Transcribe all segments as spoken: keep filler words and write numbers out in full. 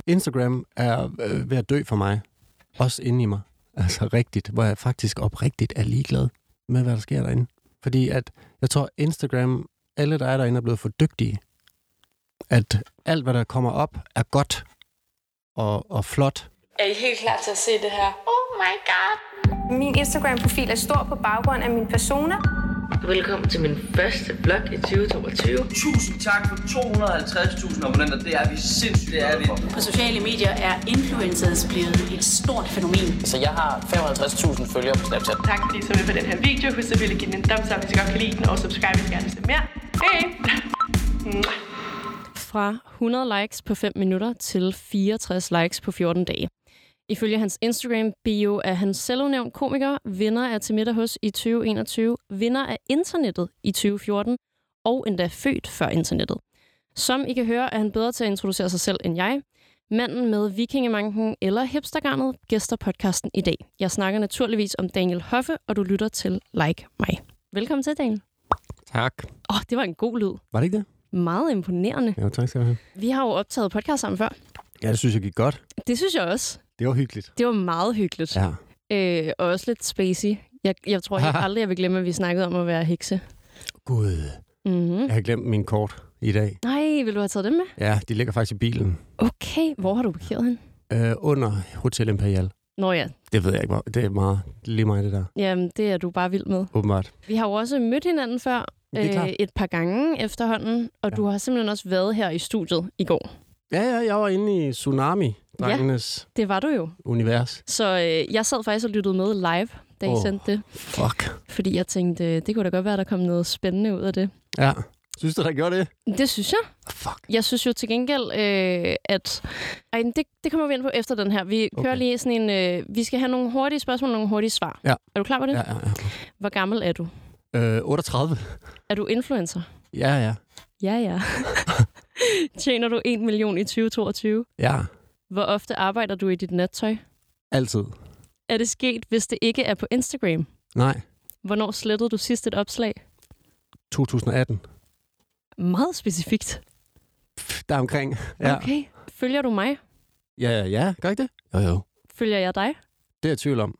Instagram er øh, ved at dø for mig. Også inde i mig. Altså rigtigt, hvor jeg faktisk oprigtigt er ligeglad med, hvad der sker derinde. Fordi at, jeg tror, Instagram, alle der er derinde, er blevet for dygtige. At alt, hvad der kommer op, er godt og, og flot. Er I helt klar til at se det her? Oh my god! Min Instagram-profil er stor på baggrund af min persona. Velkommen til min første vlog i tyve toogtyve. Tusind tak for to hundrede og halvtreds tusind abonnenter. Det er vi sindssygt, det er vi. På sociale medier er influencers blevet et stort fænomen. Så jeg har femoghalvtreds tusind følgere på Snapchat. Tak fordi I så med på den her video. Husk at ville give den en thumbs up, hvis I godt kan lide den. Og subscribe, hvis I gerne vil se mere. Hej! Fra hundrede likes på fem minutter til fireogtres likes på fjorten dage. Ifølge hans Instagram-bio er han selvudnævnt komiker, vinder af Til middag hos i tyve enogtyve, vinder af internettet i tyve fjorten og endda født før internettet. Som I kan høre, er han bedre til at introducere sig selv end jeg. Manden med vikingemanken eller hipstergarnet gæster podcasten i dag. Jeg snakker naturligvis om Daniel Hoffe, og du lytter til Like mig. Velkommen til, Daniel. Tak. Åh, oh, det var en god lyd. Var det ikke det? Meget imponerende. Ja, tak skal du have. Vi har jo optaget podcast sammen før. Ja, det synes jeg gik godt. Det synes jeg også. Det var hyggeligt. Det var meget hyggeligt. Ja. Øh, og også lidt spacey. Jeg, jeg tror jeg aldrig, jeg vil glemme, at vi snakkede om at være hekse. Gud. Mm-hmm. Jeg har glemt min kort i dag. Nej, vil du have taget dem med? Ja, de ligger faktisk i bilen. Okay, hvor har du parkeret hen? Øh, under Hotel Imperial. Nå ja. Det ved jeg ikke, hvor. Det er meget lige mig, det der. Jamen, det er du bare vild med. Åbenbart. Vi har jo også mødt hinanden før øh, et par gange efterhånden, og ja. Du har simpelthen også været her i studiet i går. Ja, ja, jeg var inde i Tsunami, drengenes ja, det var du jo. Univers. Så øh, jeg sad faktisk og lyttede med live, da I oh, sendte det. Fuck. Fordi jeg tænkte, det kunne da godt være, at der kom noget spændende ud af det. Ja. Synes du, der gjorde det? Det synes jeg. Fuck. Jeg synes jo til gengæld, øh, at... Ej, det, det kommer vi ind på efter den her. Vi okay. kører lige sådan en... Øh, vi skal have nogle hurtige spørgsmål og nogle hurtige svar. Ja. Er du klar på det? Ja, ja, ja. Hvor gammel er du? Øh, otteogtredive. Er du influencer? Ja, ja. Ja, ja. Tjener du en million i tyve toogtyve? Ja. Hvor ofte arbejder du i dit nattøj? Altid. Er det sket, hvis det ikke er på Instagram? Nej. Hvornår slettede du sidst et opslag? to tusind atten. Meget specifikt. Der omkring, ja. Okay. Følger du mig? Ja, ja, ja. Gør ikke det? Jo, jo. Følger jeg dig? Det er jeg tvivl om.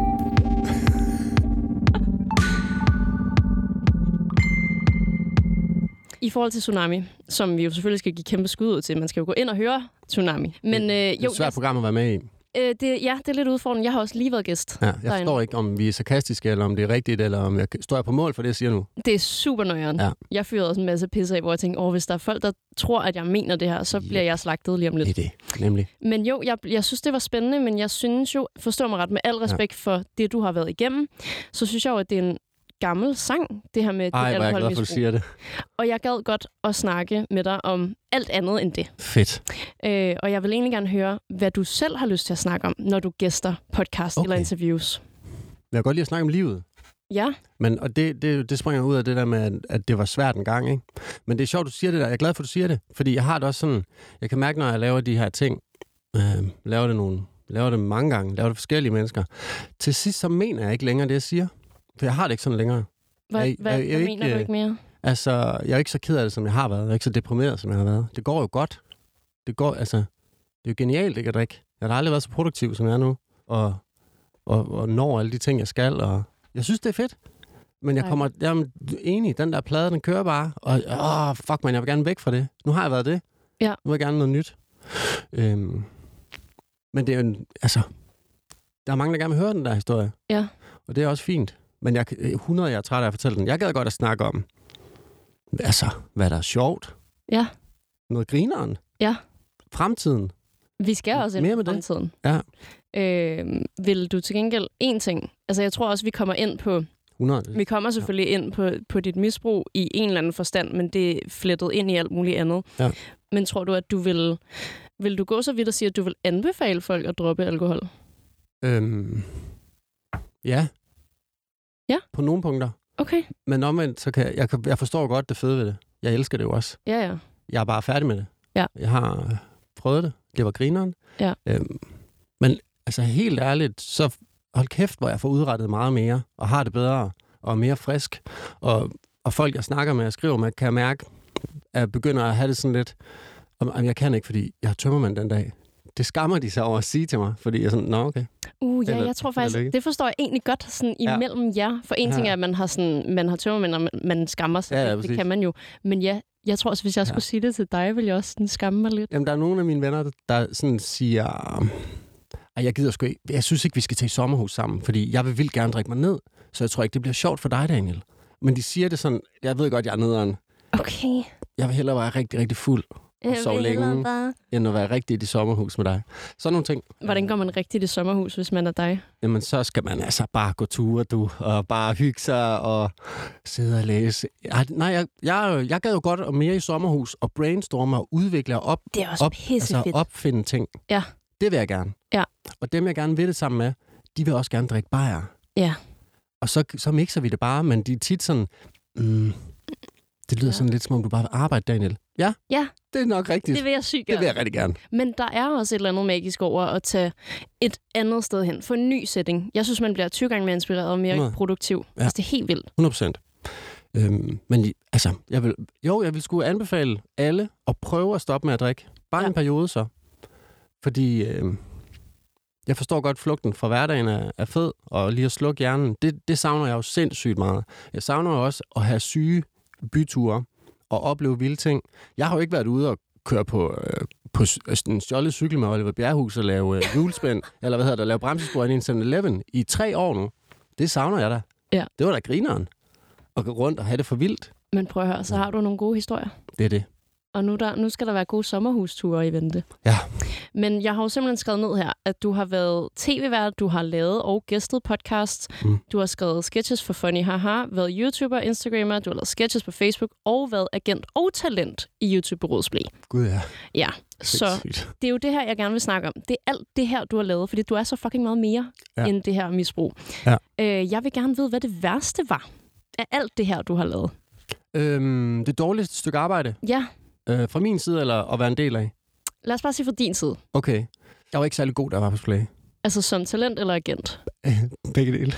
I forhold til Tsunami, som vi jo selvfølgelig skal give kæmpe skud ud til. Man skal jo gå ind og høre Tsunami. Men, det, øh, det er et svært jeg, program at være med i. Øh, det, ja, det er lidt udfordrende. Jeg har også lige været gæst. Ja, jeg derinde. forstår ikke, om vi er sarkastiske, eller om det er rigtigt, eller om jeg står jeg på mål for det, jeg siger nu. Det er super nøjeren. Ja. Jeg fyrede også en masse pisse af, hvor jeg tænkte, åh, hvis der er folk, der tror, at jeg mener det her, så yeah. bliver jeg slagtet lige om lidt. Det er det, nemlig. Men jo, jeg, jeg synes, det var spændende, men jeg synes jo, forstår mig ret, med al respekt ja. for det, du har været igennem, så synes jeg jo, at det er en gammel sang, det her med dit alkoholmisbrug. Ej, hvor er jeg glad for, at du siger det. Og jeg gad godt at snakke med dig om alt andet end det. Fedt. Øh, og jeg vil egentlig gerne høre, hvad du selv har lyst til at snakke om, når du gæster podcast okay. eller interviews. Jeg kan godt lide at snakke om livet. Ja. Men, og det, det, det springer ud af det der med, at det var svært en gang, ikke? Men det er sjovt, du siger det der. Jeg er glad for, at du siger det. Fordi jeg har det også sådan, jeg kan mærke, når jeg laver de her ting, øh, laver det nogle, laver det mange gange, laver det forskellige mennesker. Til sidst, så mener jeg ikke længere det, jeg siger. For jeg har det ikke sådan længere. Hvad, jeg, hvad, jeg, jeg, hvad jeg mener ikke, du ikke mere? Altså, jeg er ikke så ked af det, som jeg har været. Jeg er ikke så deprimeret, som jeg har været. Det går jo godt. Det går, altså, det er jo genialt, ikke at drikke. Jeg har aldrig været så produktiv, som jeg er nu. Og, og, og når alle de ting, jeg skal. Og jeg synes, det er fedt. Men jeg kommer, jeg er enig, den der plade, den kører bare. Og åh, fuck man, jeg vil gerne væk fra det. Nu har jeg været det. Ja. Nu vil jeg gerne noget nyt. Øhm, men det er jo, altså, der er mange, der gerne vil høre den der historie. Ja. Og det er også fint. Men jeg hundrede jeg er træt af at fortælle den. Jeg gad godt at snakke om, altså, hvad der er sjovt. Ja. Noget grineren. Ja. Fremtiden. Vi skal også ind i fremtiden. Ja. Øh, vil du til gengæld en ting? Altså, jeg tror også, vi kommer ind på... hundrede Vi kommer selvfølgelig ja. ind på, på dit misbrug i en eller anden forstand, men det er flettet ind i alt muligt andet. Ja. Men tror du, at du vil... Vil du gå så vidt og sige, at du vil anbefale folk at droppe alkohol? Øhm... Ja. Ja? På nogle punkter. Okay. Men omvendt, så kan jeg, jeg, jeg forstår godt det fede ved det. Jeg elsker det jo også. Ja, ja. Jeg er bare færdig med det. Ja. Jeg har prøvet det. Det var grineren. Ja. Øhm, men altså helt ærligt, så hold kæft, hvor jeg får udrettet meget mere, og har det bedre, og er mere frisk. Og, og folk, jeg snakker med og skriver med, kan jeg mærke, at jeg begynder at have det sådan lidt, om jeg kan ikke, fordi jeg har tømmermand den dag. det skammer de sig over at sige til mig, fordi jeg er sådan, nå okay. Uh, ja, Eller- jeg tror faktisk, eller ikke. det forstår jeg egentlig godt sådan Ja. imellem jer. For en Ja. ting er, at man har, sådan, man har tømmermænd, og man, man skammer sig. Ja, ja, det, det præcis. kan man jo. Men ja, jeg tror også, hvis jeg Ja. skulle sige det til dig, ville jeg også sådan skamme mig lidt. Jamen, der er nogle af mine venner, der, der sådan siger, ej, jeg gider sgu ikke, jeg synes ikke, vi skal tage i sommerhus sammen, fordi jeg vil vildt gerne drikke mig ned, så jeg tror ikke, det bliver sjovt for dig, Daniel. Men de siger det sådan, jeg ved godt, jeg er nederen. Okay. Jeg vil hellere være rigtig, rigtig fuld og sove længe, Bare... end at være rigtig i det sommerhus med dig. Sådan nogle ting. Hvordan går man rigtigt i sommerhus, hvis man er dig? Jamen, så skal man altså bare gå ture, du, og bare hygge sig og sidde og læse. Jeg, nej, jeg, jeg, jeg gad jo godt og mere i sommerhus og brainstorme og udvikle og op, Det er også op, pissefedt. altså opfinde ting. Ja. Det vil jeg gerne. Ja. Og dem, jeg gerne vil det sammen med, de vil også gerne drikke bajer. Ja. Og så, så mixer vi det bare, men de er tit sådan, mm, det lyder Ja. sådan lidt, som om du bare vil arbejde, Daniel. Ja, Ja. det er nok rigtigt. Det vil jeg sygt Det gerne. vil jeg rigtig gerne. Men der er også et eller andet magisk over at tage et andet sted hen. For en ny setting. Jeg synes, man bliver tyve gange mere inspireret og mere hundrede. produktiv. Ja. Altså, det er helt vildt. hundrede procent. Øhm, men i- altså, jeg vil, jo, jeg vil skulle anbefale alle at prøve at stoppe med at drikke. Bare Ja. ja. en periode så. Fordi øhm, jeg forstår godt, flugten fra hverdagen er, er fed, og lige at slukke hjernen, det, det savner jeg jo sindssygt meget. Jeg savner jo også at have syge byture og opleve vilde ting. Jeg har jo ikke været ude og køre på, øh, på s- en stjålet cykel med Oliver Bjerrehus og lave øh, hjulspænd, eller hvad hedder det, lave bremsespor i en syv eleven i tre år nu. Det savner jeg da. Ja. Det var da grineren. At gå rundt og have det for vildt. Men prøv at høre, så har du nogle gode historier. Det er det. Og nu, der, nu skal der være gode sommerhusture i vente. Ja. Men jeg har jo simpelthen skrevet ned her, at du har været tv-vært, du har lavet og gæstet podcasts, Mm. du har skrevet sketches for Funny Haha, været YouTuber, Instagrammer, du har lavet sketches på Facebook og været agent og talent i YouTube-bureauet Splee. Gud ja. Ja, så Sindssygt. det er jo det her, jeg gerne vil snakke om. Det er alt det her, du har lavet, fordi du er så fucking meget mere Ja. ja. end det her misbrug. Ja. Øh, jeg vil gerne vide, hvad det værste var af alt det her, du har lavet. Øhm, det dårligste stykke arbejde, Ja, øh, fra min side, eller at være en del af? lad os bare sige fra din side. Okay. Jeg var ikke særlig god, da jeg var på Splay. Altså som talent eller agent? Begge dele.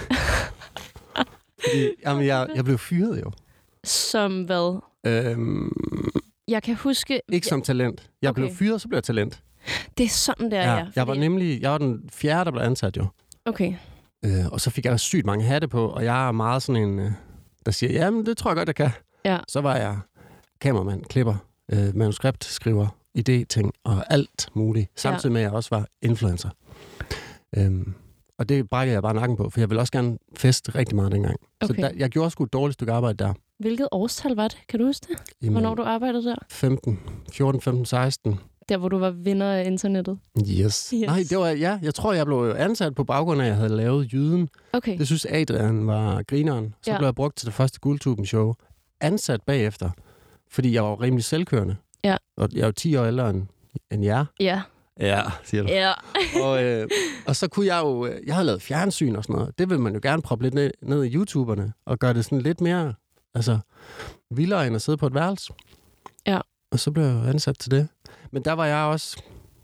Fordi, jamen, jeg, jeg blev fyret jo. Som hvad? Øhm, Jeg kan huske... ikke som talent. Jeg Okay. blev fyret, så blev jeg talent. Det er sådan, der ja, ja. Jeg var fordi- nemlig, jeg var den fjerde, der blev ansat jo. Okay. Øh, og så fik jeg sygt mange hatte på, og jeg er meget sådan en, øh, der siger, jamen det tror jeg godt, jeg kan. Ja. Så var jeg kameramand, klipper, øh, manuskript, skriver, idé-ting og alt muligt. Samtidig med, at jeg også var influencer. Øhm, og det brækkede jeg bare nakken på, for jeg ville også gerne feste rigtig meget dengang. Okay. Så der, jeg gjorde sgu et dårligt stykke arbejde der. Hvilket årstal var det? Kan du huske det? Jamen, Hvornår du arbejdede der? femten, fjorten, femten, seksten. Der, hvor du var vinder af internettet. Yes. Yes. Nej, det var, ja, jeg tror, jeg blev ansat på baggrund af, at jeg havde lavet Jyden. Okay. Det synes Adrian var grineren. Så Ja. ja. blev jeg brugt til det første Guldtuben-show. Ansat bagefter, fordi jeg var rimelig selvkørende. Ja. Og jeg er jo ti år ældre end, end jer. Ja. Ja, siger du. Ja. og, øh, og så kunne jeg jo... øh, Jeg havde lavet fjernsyn og sådan noget. Det vil man jo gerne proppe lidt ned, ned i YouTuberne. Og gøre det sådan lidt mere... Altså, vildere end at sidde på et værelse. Ja. Og så blev jeg jo ansat til det. Men der var jeg også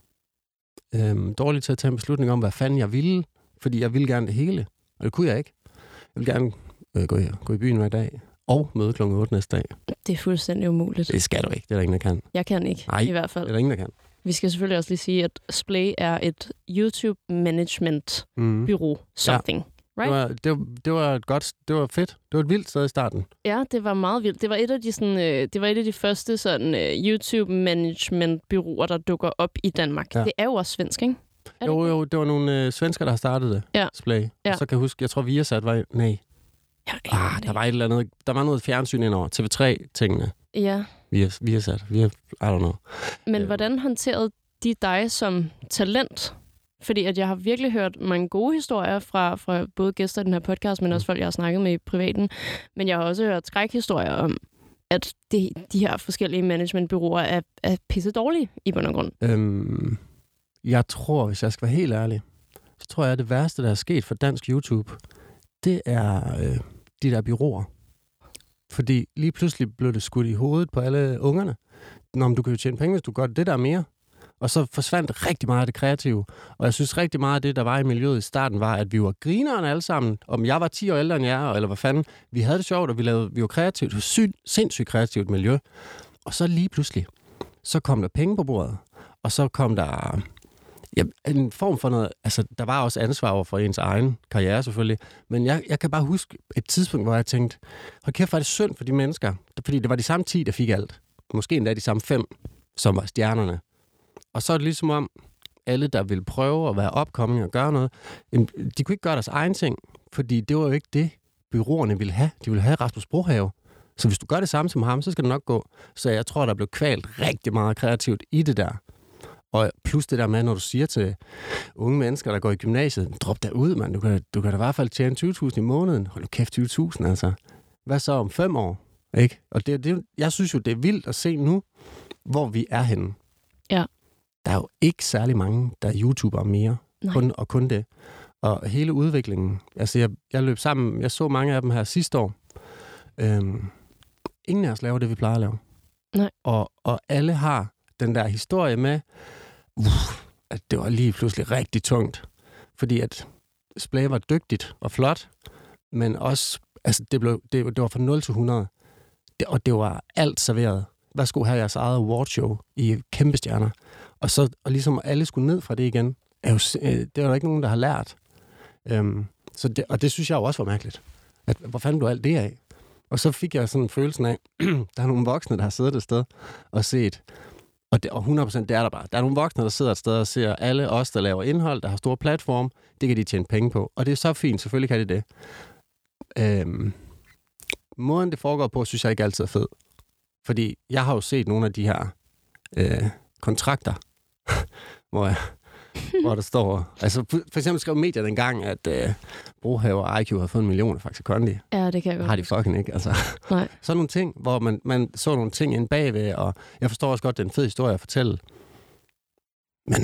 øhm, dårlig til at tage en beslutning om, hvad fanden jeg ville. Fordi jeg ville gerne det hele. Og det kunne jeg ikke. Jeg ville gerne øh, gå, i, gå i byen hver dag. Og møde klokken otte næste dag. Det er fuldstændig umuligt. Det skal du ikke. Det er der ingen, der kan. Jeg kan ikke, Nej, i hvert fald. Det er der ingen, der kan. Vi skal selvfølgelig også lige sige, at Splay er et YouTube-management-bureau. Mm. Something. Right? Det, var, det, var, det var et godt, det var fedt. Det var et vildt sted i starten. Ja, det var meget vildt. Det var et af de, sådan, øh, det var et af de første sådan, øh, YouTube-management-bureauer, der dukker op i Danmark. Ja. Det er jo også svensk, ikke? Er det Jo, ikke? jo, det var nogle øh, svensker, der har startet det. Ja. Splay. Ja. Og så kan jeg huske, jeg tror, Viasat var... Nej, Ja, ah, der var et eller andet... Der var noget fjernsyn indover. T V tre-tingene. ja. Vias, Viasat. Via, I don't know. Men Øh. hvordan håndterede de dig som talent? Fordi at jeg har virkelig hørt mange gode historier fra, fra både gæster i den her podcast, men også folk, jeg har snakket med i privaten. Men jeg har også hørt skrækhistorier om, at de, de her forskellige managementbureauer er, er pisse dårlige i bund og grund. Øhm, jeg tror, hvis jeg skal være helt ærlig, så tror jeg, at det værste, der er sket for dansk YouTube, det er øh, de der bureauer. Fordi lige pludselig blev det skudt i hovedet på alle ungerne. Nå, men du kan jo tjene penge, hvis du gør det der mere. Og så forsvandt rigtig meget af det kreative. Og jeg synes rigtig meget af det, der var i miljøet i starten, var, at vi var grineren alle sammen. Om jeg var ti år ældre end jer, eller hvad fanden. Vi havde det sjovt, og vi, lavede, vi var kreativt. Det var sygt, sindssygt kreativt miljø. Og så lige pludselig, så kom der penge på bordet. Og så kom der Ja, en form for noget... Altså, der var også ansvar over for ens egen karriere, selvfølgelig. Men jeg, jeg kan bare huske et tidspunkt, hvor jeg tænkte, hold kæft, var det synd for de mennesker. Fordi det var de samme ti, der fik alt. Måske endda de samme fem, som var stjernerne. Og så er det ligesom om, alle, der ville prøve at være opkommende og gøre noget, de kunne ikke gøre deres egen ting, fordi det var jo ikke det, byråerne ville have. De ville have Rasmus Brohave. Så hvis du gør det samme som ham, så skal det nok gå. Så jeg tror, der blev kvalt rigtig meget kreativt i det der. Og plus det der med, når du siger til unge mennesker, der går i gymnasiet, drop der ud, mand. Du kan, du kan da i hvert fald tjene tyve tusind i måneden. Hold nu kæft, tyve tusind, altså. Hvad så om fem år? Ikke? Og det, det, jeg synes jo, det er vildt at se nu, hvor vi er henne. Ja. Der er jo ikke særlig mange, der er YouTubere mere. Kun, og kun det. Og hele udviklingen. Altså, jeg, jeg løb sammen. Jeg så mange af dem her sidste år. Øhm, ingen af os laver det, vi plejer at lave. Nej. Og, og alle har den der historie med, uh, at det var lige pludselig rigtig tungt. Fordi at Splay var dygtigt og flot, men også, altså, det, blev, det, det var fra nul til hundrede. Det, og det var alt serveret. Værsgo her jeres eget awardshow i kæmpe stjerner. Og så og ligesom alle skulle ned fra det igen, er jo, det er jo ikke nogen, der har lært. Øhm, så det, og det synes jeg jo også var mærkeligt. At, hvor fanden du alt det af? Og så fik jeg sådan en følelse af, der er nogle voksne, der har siddet et sted og set, og, det, og hundrede procent det er der bare. Der er nogle voksne, der sidder et sted og ser alle os, der laver indhold, der har store platform, det kan de tjene penge på. Og det er så fint, selvfølgelig kan de det. Øhm, måden det foregår på, synes jeg ikke altid er fed. Fordi jeg har jo set nogle af de her øh, kontrakter, hvor, jeg, hvor der står... Altså, for eksempel skrev medier dengang, at øh, Brohave og I Q havde fået en million af Faxe Kondi. Ja, det kan jeg godt. Har de fucking ikke, altså. Nej. Så nogle ting, hvor man, man så nogle ting inde bagved, og jeg forstår også godt, det er en fed historie at fortælle. Men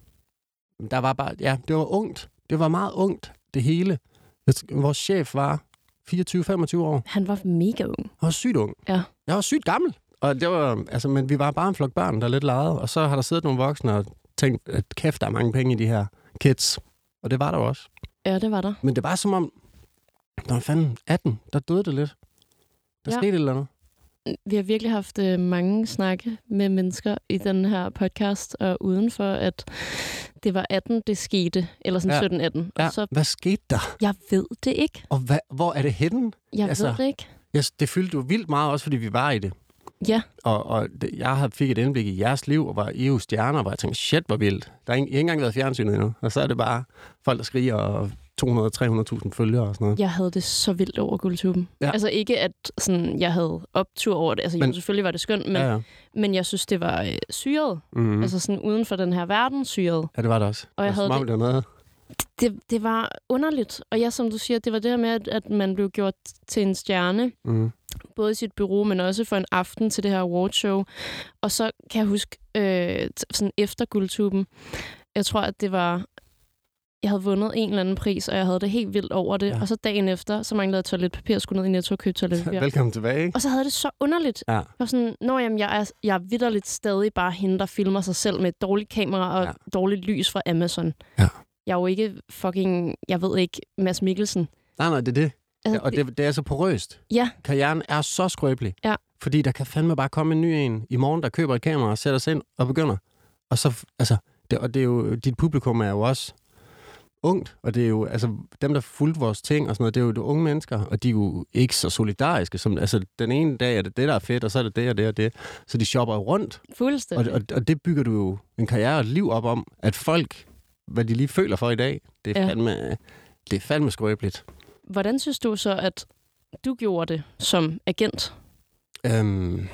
der var bare... Ja, det var ungt. Det var meget ungt, det hele. Vores chef var fireogtyve til femogtyve år. Han var mega ung. Han var sygt ung. Ja. Jeg var sygt gammel. Og det var, altså, men vi var bare en flok børn, der lidt legede. Og så har der siddet nogle voksne og tænkt, at kæft, der er mange penge i de her kids. Og det var der også. Ja, det var der. Men det var som om, der var fanden atten, der døde det lidt. Der ja. skete et eller andet. Vi har virkelig haft øh, mange snakke med mennesker i den her podcast, og udenfor, at det var atten, det skete. Eller sådan ja. sytten atten. Ja. Så, hvad skete der? Jeg ved det ikke. Og hvad, hvor er det henne? Jeg altså, ved det ikke. Jeg, det fyldte jo vildt meget, også fordi vi var i det. Ja. Og, og det, jeg fik et indblik i jeres liv, og var I jo stjerner, hvor jeg tænkte, shit, hvor vildt. Der har ikke, ikke engang været fjernsynet endnu. Og så er det bare folk, der skriger, og to hundrede til tre hundrede tusind følgere og sådan noget. Jeg havde det så vildt over Guldtuben. Ja. Altså ikke, at sådan, jeg havde optur over det. Altså men, jo, selvfølgelig var det skønt, men, ja, ja. men jeg synes, det var øh, syret. Mm-hmm. Altså sådan uden for den her verden syret. Ja, det var det også. Og jeg havde det, det, noget. det, det var underligt. Og ja, som du siger, det var det her med, at, at man blev gjort til en stjerne. Mm. Både i sit bureau, men også for en aften til det her awardshow. Og så kan jeg huske, øh, sådan efter Guldtuben, jeg tror, at det var... Jeg havde vundet en eller anden pris, og jeg havde det helt vildt over det. Ja. Og så dagen efter, så manglede jeg toiletpapir, og skulle ned i Netto og købe toiletpapir. Velkommen tilbage, ikke? Og så havde det så underligt. Ja. Jeg var sådan, nå jamen, jeg er, jeg er vitterligt stadig bare hende, der filmer sig selv med et dårligt kamera og ja. dårligt lys fra Amazon. Ja. Jeg er jo ikke fucking, jeg ved ikke, Mads Mikkelsen. Nej, nej, det er det. Altså, og det, det er så porøst. Ja. Karrieren er så skrøbelig. Ja. Fordi der kan fandme bare komme en ny en i morgen, der køber et kamera og sætter sig ind og begynder. Og så, altså, det, og det er jo, dit publikum er jo også ungt, og det er jo, altså, dem, der fulgte vores ting og sådan noget, det er jo de unge mennesker, og de er jo ikke så solidariske, som, altså, den ene dag er det det, der er fedt, og så er det det og det og det. Så de shopper jo rundt. Fuldstændig. Og, og, og det bygger du jo en karriere og et liv op om, at folk, hvad de lige føler for i dag, det er ja. fandme, det er fandme skrøbeligt. Hvordan synes du så, at du gjorde det som agent? Øhm,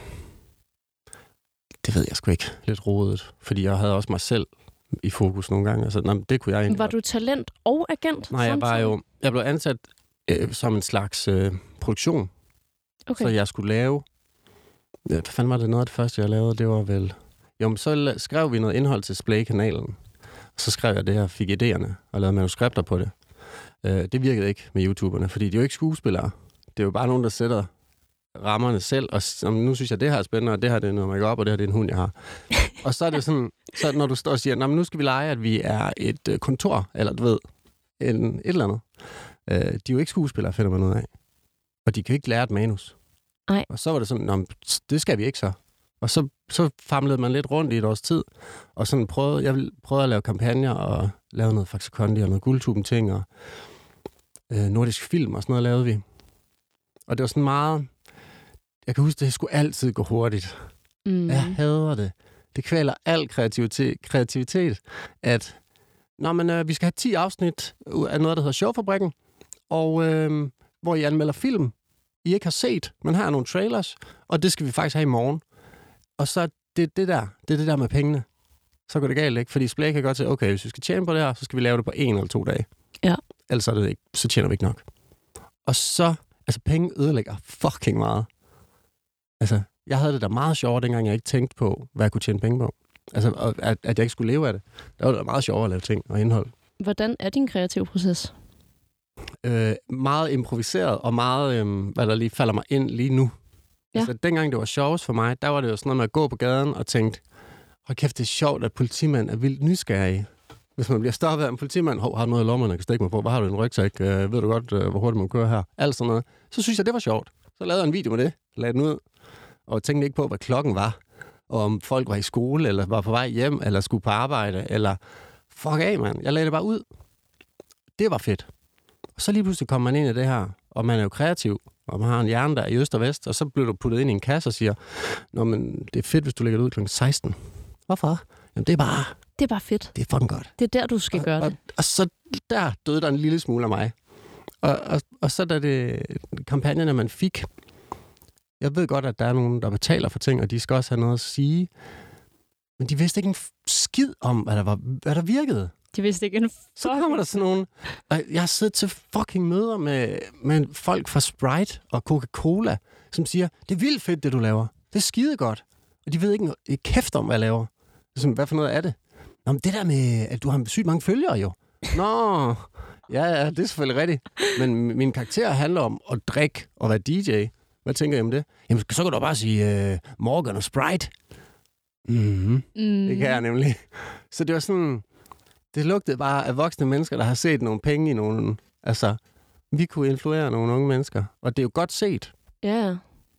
det ved jeg sgu ikke. Lidt rodet, fordi jeg havde også mig selv i fokus nogle gange. Altså, nej, det kunne jeg egentlig. Var du talent og agent? Nej, jeg var jo... Jeg blev ansat øh, som en slags øh, produktion. Okay. Så jeg skulle lave... Ja, hvad fanden var det noget af det første, jeg lavede? Det var vel... Jo, så skrev vi noget indhold til Splay-kanalen. Og så skrev jeg det her, fik idéerne og lavede manuskripter på det. Øh, det virkede ikke med YouTuberne, fordi de er jo ikke skuespillere. Det er jo bare nogen, der sætter rammerne selv, og nu synes jeg, det her er spændende, og det her det er noget make-up, og det her det er en hund, jeg har. Og så er det sådan, så når du står og siger, nu skal vi lege, at vi er et kontor, eller du ved, en, et eller andet. Øh, de er jo ikke skuespillere, finder man noget af. Og de kan ikke lære et manus. Nej. Og så var det sådan, det skal vi ikke så. Og så, så famlede man lidt rundt i et års tid, og sådan prøvede, jeg prøvede at lave kampagner, og lave noget Faxe Kondi og noget Guldtuben-ting, og øh, nordisk film og sådan noget lavede vi. Og det var sådan meget... Jeg kan huske, det skulle altid gå hurtigt. Mm. Jeg hader det. Det kvæler al kreativitet, kreativitet at Nå, men, øh, vi skal have ti afsnit af noget, der hedder Showfabrikken, og øh, hvor I anmelder film, I ikke har set, men her er nogle trailers, og det skal vi faktisk have i morgen. Og så det, det der, det er det der med pengene. Så går det galt, ikke? Fordi Splay kan godt sige, okay, hvis vi skal tjene på det her, så skal vi lave det på en eller to dage. Ja. Ellers er det ikke, så tjener vi ikke nok. Og så, altså penge ødelægger fucking meget. Altså, jeg havde det da meget sjovere, dengang jeg ikke tænkte på, hvad jeg kunne tjene penge på. Altså, at, at jeg ikke skulle leve af det. Der var det meget sjovere at lave ting og indhold. Hvordan er din kreative proces? Øh, meget improviseret, og meget, øh, hvad der lige falder mig ind lige nu. Ja. Altså, dengang det var sjovest for mig, der var det jo sådan noget med at gå på gaden og tænke, hold kæft, det er sjovt, at politimænd er vildt nysgerrige. Hvis man bliver stoppet af en politimand, hov, har du noget i lommerne, jeg kan stikke mig på, hvad har du i en rygsæk, øh, ved du godt, øh, hvor hurtigt man kører her, alt sådan noget. Så synes jeg, det var sjovt. Så lavede jeg en video med det, lagde den ud, og tænkte ikke på, hvad klokken var, og om folk var i skole, eller var på vej hjem, eller skulle på arbejde, eller fuck af, mand. Jeg lagde det bare ud. Det var fedt. Og så lige pludselig kommer man ind i det her, og man er jo kreativ, og man har en hjerne, der er i øst og vest, og så bliver du puttet ind i en kasse og siger, nå, men det er fedt, hvis du lægger det ud klokken seksten. Hvorfor? Jamen, det er bare... Det er bare fedt. Det er fucking godt. Det er der, du skal og, gøre og, det. Og, og så der døde der en lille smule af mig. Og, og, og så da det kampagnerne, man fik... Jeg ved godt, at der er nogen, der betaler for ting, og de skal også have noget at sige. Men de vidste ikke en skid om, hvad der, var, hvad der virkede. De vidste ikke en Så kommer der sådan nogen... Og jeg har siddet til fucking møder med, med folk fra Sprite og Coca-Cola, som siger, det er vildt fedt, det du laver. Det er skide godt. Og de ved ikke et kæft om, hvad jeg laver. Så, hvad for noget er det? Nå, men det der med, at du har sygt mange følgere jo. Nå, ja, ja, det er selvfølgelig rigtigt. Men min karakter handler om at drikke og være D J. Hvad tænker I om det? Jamen, så kan du bare sige uh, Morgan og Sprite. Mm-hmm. Mm. Det kan jeg nemlig. Så det var sådan... Det lugtede bare af voksne mennesker, der har set nogle penge i nogle... Altså, vi kunne influere nogle unge mennesker. Og det er jo godt set. Ja. Yeah.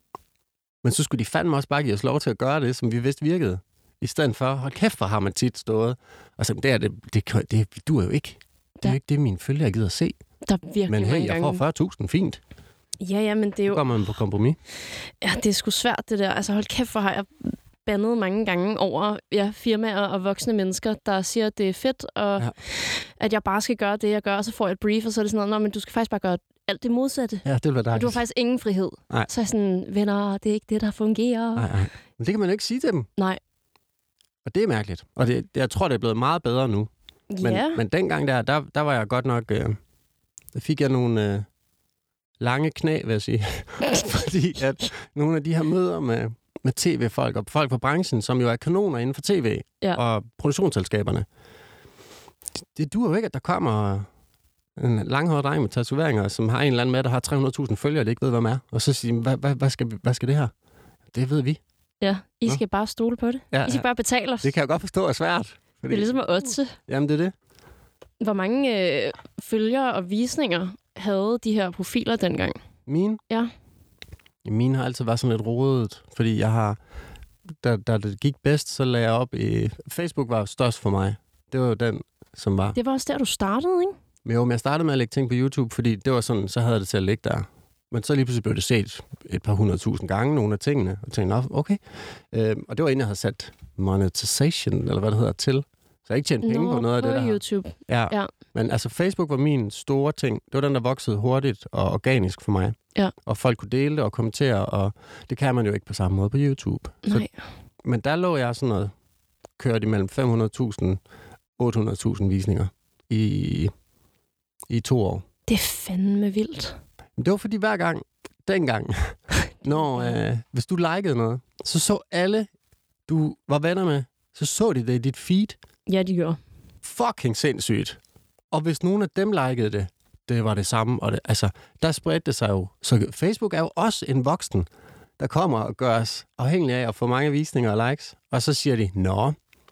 Men så skulle de fandme også bare give os lov til at gøre det, som vi vidste virkede. I stedet for, hold kæft, hvor har man tit stået. Og så, det, er, det, det, det, det duer jo ikke. Det er jo ikke det, mine følgere gider at se. Der er virkelig men hey, jeg gange... får fyrre tusind, fint. Ja, ja, men det er jo... Så kommer man på kompromis. Ja, det er sgu svært, det der. Altså, hold kæft, hvor har jeg bandet mange gange over ja, firmaer og voksne mennesker, der siger, at det er fedt, og ja. At jeg bare skal gøre det, jeg gør, og så får jeg et brief, og så er det sådan noget, nå, men du skal faktisk bare gøre alt det modsatte. Ja, det vil være dejligt. Og du har faktisk ingen frihed. Nej. Så er jeg sådan, venner, det er ikke det, der fungerer. Nej, nej. Men det kan man jo ikke sige til dem. Nej. Og det er mærkeligt. Og det, jeg tror, det er blevet meget bedre nu. Men, ja. men dengang der, der, der var jeg godt nok... Øh, der fik jeg nogle øh, lange knæ, vil jeg sige. Fordi at nogle af de her møder med, med tv-folk og folk fra branchen, som jo er kanoner inden for tv ja. Og produktionsselskaberne, det, det duer jo ikke, at der kommer en langhåret dreng med tatoveringer, som har en eller anden med, der har tre hundrede tusind følgere, det ikke ved, hvad man er. Og så siger hvad, hvad, hvad, skal, hvad skal det her? Det ved vi. Ja, I skal Nå? bare stole på det. Ja, I skal ja. bare betale os. Det kan jeg godt forstå er svært. Fordi... Det er ligesom at otte. Jamen, det er det. Hvor mange øh, følgere og visninger havde de her profiler dengang? Mine? Ja. Mine har altid været sådan lidt rodet, fordi jeg har... Da, da det gik bedst, så lagde jeg op i... Facebook var størst for mig. Det var jo den, som var... Det var også der, du startede, ikke? Jo, men jeg startede med at lægge ting på YouTube, fordi det var sådan, så havde jeg det til at ligge der. Men så lige pludselig blev det set et par hundrede tusind gange, nogle af tingene, og tænkte, okay. Øh, og det var inden, jeg havde sat monetization, eller hvad det hedder, til. Så jeg ikke tjente penge Nå, på noget af på det der. YouTube. Ja. ja. Men altså, Facebook var min store ting. Det var den, der voksede hurtigt og organisk for mig. Ja. Og folk kunne dele det og kommentere, og det kan man jo ikke på samme måde på YouTube. Nej. Så, men der lå jeg sådan noget, kørte imellem fem hundrede tusind og otte hundrede tusind visninger i, i to år. Det er fandme vildt. Det var fordi hver gang, dengang, når, øh, hvis du likede noget, så så alle, du var venner med, så så de det i dit feed. Ja, de gjorde. Fucking sindssygt. Og hvis nogen af dem likede det, det var det samme. Og det, altså, der spredte det sig jo. Så Facebook er jo også en voksen, der kommer og gør os afhængig af at få mange visninger og likes. Og så siger de, nå,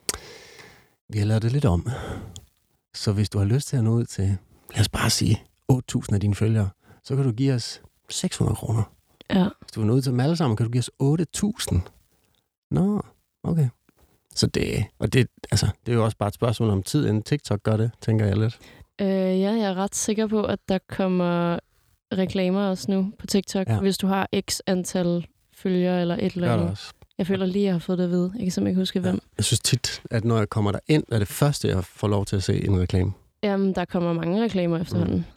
vi har lavet det lidt om. Så hvis du har lyst til at nå ud til, lad os bare sige, otte tusind af dine følgere, så kan du give os seks hundrede kroner. Ja. Hvis du vil nå ud til dem alle sammen, kan du give os otte tusind. Nå, okay. Så det, og det, altså, det er jo også bare et spørgsmål om tid, inden TikTok gør det, tænker jeg lidt. Øh, ja, jeg er ret sikker på, at der kommer reklamer også nu på TikTok, ja. Hvis du har x antal følgere eller et eller andet. Også. Jeg føler lige, at jeg har fået det at vide. Jeg kan simpelthen ikke huske, hvem. Ja. Jeg synes tit, at når jeg kommer der ind, er det første, jeg får lov til at se en reklame. Jamen, der kommer mange reklamer efterhånden. Mm.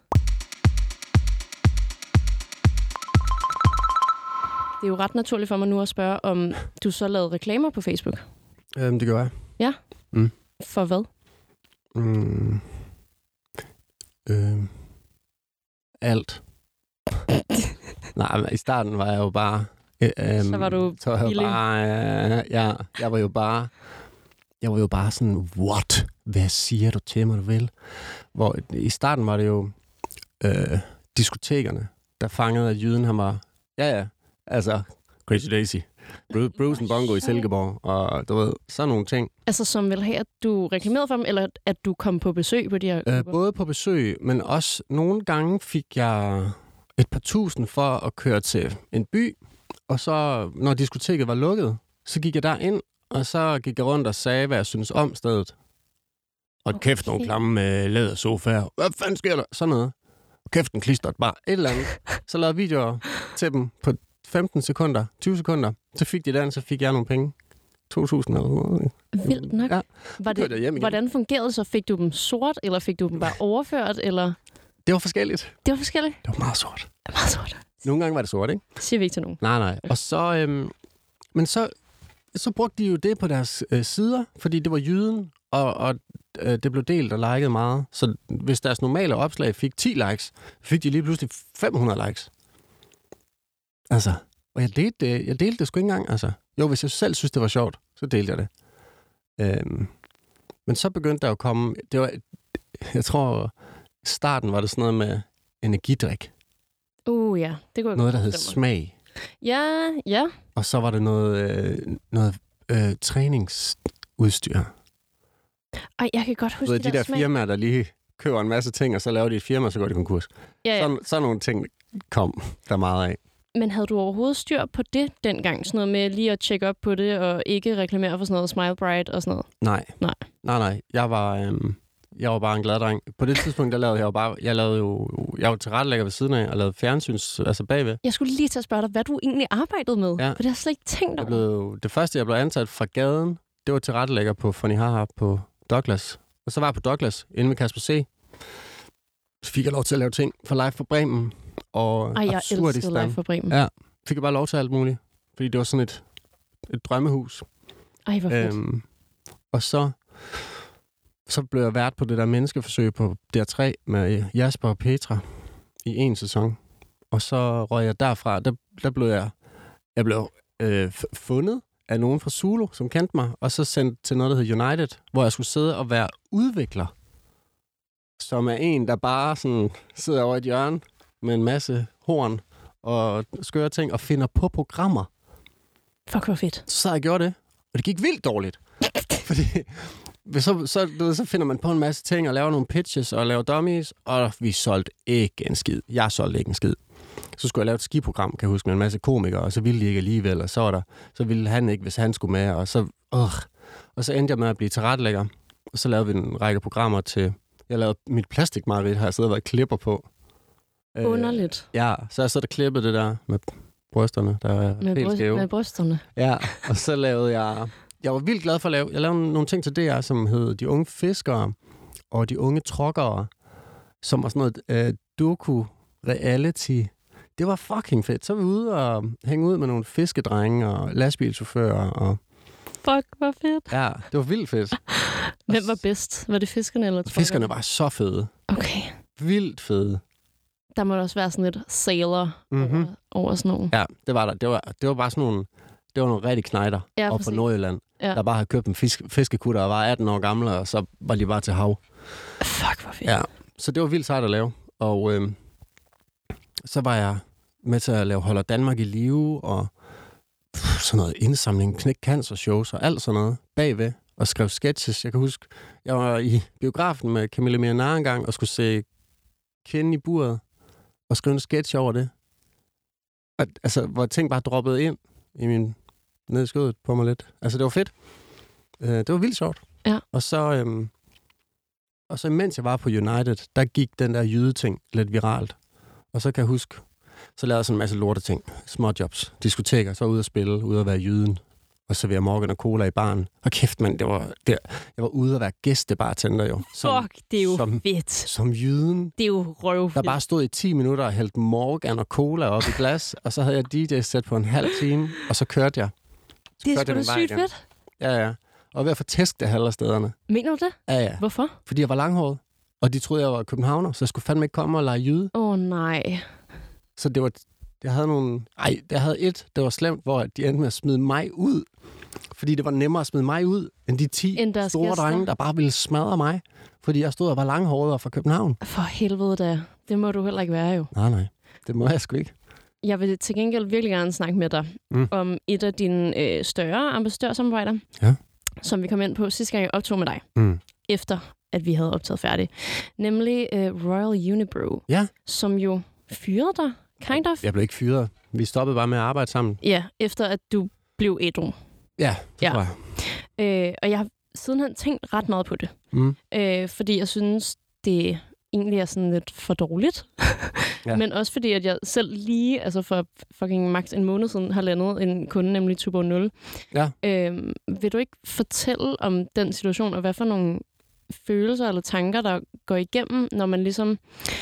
Det er jo ret naturligt for mig nu at spørge, om du så lavede reklamer på Facebook? Øhm, det gør jeg. Ja? Mm. For hvad? Mm. Øhm. Alt. Nej, men i starten var jeg jo bare... Øh, øhm, så var du så var jeg bare, øh, ja, jeg var jo bare... Jeg var jo bare sådan, what? Hvad siger du til mig, du vil? Hvor i starten var det jo øh, diskotekerne, der fangede, at jyden han var... Ja, ja. Altså, Crazy Daisy. Bruce and Bongo i Silkeborg, og du ved, sådan nogle ting. Altså, som vil have, at du reklamerede for dem, eller at du kom på besøg på de her øh, Både på besøg, men også nogle gange fik jeg et par tusind for at køre til en by, og så, når diskoteket var lukket, så gik jeg der ind, og så gik jeg rundt og sagde, hvad jeg synes om stedet. Og okay. Kæft, nogle klamme lædersofaer. Hvad fanden sker der? Sådan noget. Og kæft, en klistret bare et eller andet. Så lavede videoer til dem på femten sekunder, tyve sekunder. Så fik de den, så fik jeg nogle penge. to tusind eller noget. Vildt nok. Ja. Var det, hvordan fungerede det så? Fik du dem sort, eller fik du dem bare overført, eller? Det var forskelligt. Det var forskelligt? Det var meget sort. Det var meget sort. Nogle gange var det sort, ikke? Siger vi ikke til nogen. Nej, nej. Og så, øhm, men så, så brugte de jo det på deres øh, sider, fordi det var jyden, og, og øh, det blev delt og liket meget. Så hvis deres normale opslag fik ti likes, fik de lige pludselig fem hundrede likes. Altså, og jeg delte det, jeg delte det sgu ikke engang, altså. Jo, hvis jeg selv synes, det var sjovt, så delte jeg det. Øhm, men så begyndte der jo at komme, det var, jeg tror, starten var det sådan noget med energidrik. Uh, ja. Det kunne jeg noget, der hed smag. Ja, ja. Og så var det noget, øh, noget øh, træningsudstyr. Ej, jeg kan godt huske ved, de der, der firmaer, der lige køber en masse ting, og så laver de et firma, så går de konkurs. Ja, ja. Sådan, sådan nogle ting kom der meget af. Men havde du overhovedet styr på det dengang? Sådan noget med lige at tjekke op på det, og ikke reklamere for sådan noget Smile Bright og sådan noget? Nej. Nej. Nej, nej. Jeg var, øhm, jeg var bare en glad dreng. På det tidspunkt, der lavede jeg jo bare... Jeg lavede jo... Jeg var tilrettelægger ved siden af, og lavede fjernsyns... Altså bagved. Jeg skulle lige til at spørge dig, hvad du egentlig arbejdede med. Ja. For det har jeg slet ikke tænkt over. Blev, det første, jeg blev ansat fra gaden, det var tilrettelægger på Funny Haha på Douglas. Og så var jeg på Douglas, inde med Kasper C. Så fik jeg lov til at lave ting for Live for Bremen. Og Ej, jeg elskede Live for Bremen. Ja, fik jeg bare lov til alt muligt. Fordi det var sådan et, et drømmehus. Ej, hvor fedt. Øhm, og så, så blev jeg vært på det der menneskeforsøg på D R tre med Jasper og Petra i en sæson. Og så røg jeg derfra, der, der blev jeg, jeg blev øh, fundet af nogen fra Zulu, som kendte mig, og så sendt til noget, der hed United, hvor jeg skulle sidde og være udvikler. Som er en, der bare sådan sidder over et hjørne med en masse horn og skøre ting og finder på programmer. Fuck, hvor fedt. Så jeg gjorde det, og det gik vildt dårligt. Fordi så, så, du ved, så finder man på en masse ting og laver nogle pitches og laver dummies, og vi solgte ikke en skid. Jeg solgte ikke en skid. Så skulle jeg lave et skiprogram, kan jeg huske, med en masse komikere, og så ville de ikke alligevel, og så var der, så ville han ikke, hvis han skulle med, og så, øh. og så endte jeg med at blive tilrettelægger, og så lavede vi en række programmer til, jeg lavede mit plastikmarerit, har jeg siddet og været klipper på. Underligt. Øh, ja, så jeg så der klippet det der med brysterne, der er med helt bryst, skæve. Med brysterne. Ja, og så lavede jeg, jeg var vildt glad for at lave, jeg lavede nogle ting til D R, som hed De Unge Fiskere, og De Unge Truckere, som var sådan noget øh, doku-reality. Det var fucking fedt. Så var vi ude og hænge ud med nogle fiskedrenge og lastbilchauffører. Og... Fuck, hvor fedt. Ja, det var vildt fedt. Hvem var bedst? Var det fiskerne eller truckerne? Fiskerne var så fede. Okay. Vildt fede. Der må også være sådan lidt sailor mm-hmm. over, over sådan nogle. Ja, det var der. Det var, det var bare sådan nogle, det var nogle rigtig knejder ja, op fra Nordjylland, ja. Der bare havde købt en fisk, fiskekutter og var atten år gamle, og så var de bare til hav. Fuck, hvor fedt. Ja, så det var vildt sejt at lave. Og øh, så var jeg med til at lave Holder Danmark i live, og pff, sådan noget indsamling, knæk cancer shows og alt sådan noget bagved, og skrev sketches. Jeg kan huske, jeg var i biografen med Camilla Mianar engang, og skulle se Kende i buret, og skrive en sketch over det. Og, altså, hvor ting bare droppede ind i min ned i skødet på mig lidt. Altså, det var fedt. Øh, det var vildt sjovt. Ja. Og så, øhm, og så imens jeg var på United, der gik den der jyde-ting lidt viralt. Og så kan jeg huske, så lavede jeg sådan en masse lorteting. Småjobs, diskoteker, så ude at spille, ude at være jyden. Og servere Morgan og cola i baren. Og kæft, mand, det var, det, jeg var ude at være gæstebartender jo. Som, Fuck, det er jo som, fedt. Som jyden. Det er jo røvfedt. Der bare stod i ti minutter og hældte Morgan og cola op i glas. Og så havde jeg D J-sæt på en halv time, og så kørte jeg. Så det er kørte sgu da sygt igen. fedt. Ja, ja. Og ved at få tæsket halve stederne. Mener du det? Ja, ja. Hvorfor? Fordi jeg var langhåret. Og de troede, jeg var københavner, så jeg skulle fandme ikke komme og lege jyde. Åh, oh, nej. Så det var... Jeg havde nogle... Ej, jeg havde et, det var slemt, hvor de endte med at smide mig ud. Fordi det var nemmere at smide mig ud, end de ti end store gæster. Drenge, der bare ville smadre mig. Fordi jeg stod og var langhåret og fra København. For helvede da. Det må du heller ikke være jo. Nej, nej. Det må jeg sgu ikke. Jeg vil til gengæld virkelig gerne snakke med dig mm. om et af dine øh, større ambassadørsamarbejder, ja. Som vi kom ind på sidste gang, jeg optog med dig. Mm. Efter, at vi havde optaget færdigt. Nemlig øh, Royal Unibrew. Ja. Som jo fyrede dig, kind of. Jeg blev ikke fyret. Vi stoppede bare med at arbejde sammen. Ja, efter at du blev ædru. Ja, det ja. tror jeg. Øh, og jeg har sidenhen tænkt ret meget på det. Mm. Øh, fordi jeg synes, det egentlig er sådan lidt for dårligt. Ja. Men også fordi, at jeg selv lige, altså for fucking max en måned siden, har landet en kunde, nemlig to punkt nul. Ja. Øh, vil du ikke fortælle om den situation, og hvad for nogle følelser eller tanker, der går igennem, når man ligesom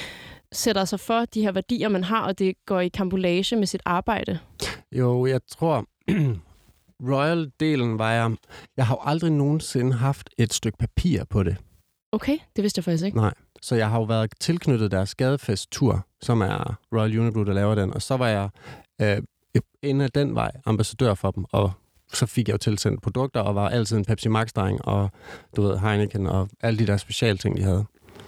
sætter sig for de her værdier, man har, og det går i kampolage med sit arbejde? Jo, jeg tror... Royal-delen var jeg... Jeg har jo aldrig nogensinde haft et stykke papir på det. Okay, det vidste jeg faktisk ikke. Nej, så jeg har jo været tilknyttet deres gadefest-tur, som er Royal Unibrew, der laver den. Og så var jeg øh, inden af den vej ambassadør for dem, og så fik jeg jo tilsendt produkter, og var altid en Pepsi Max-dreng, og du ved, Heineken, og alle de der specialting, de havde.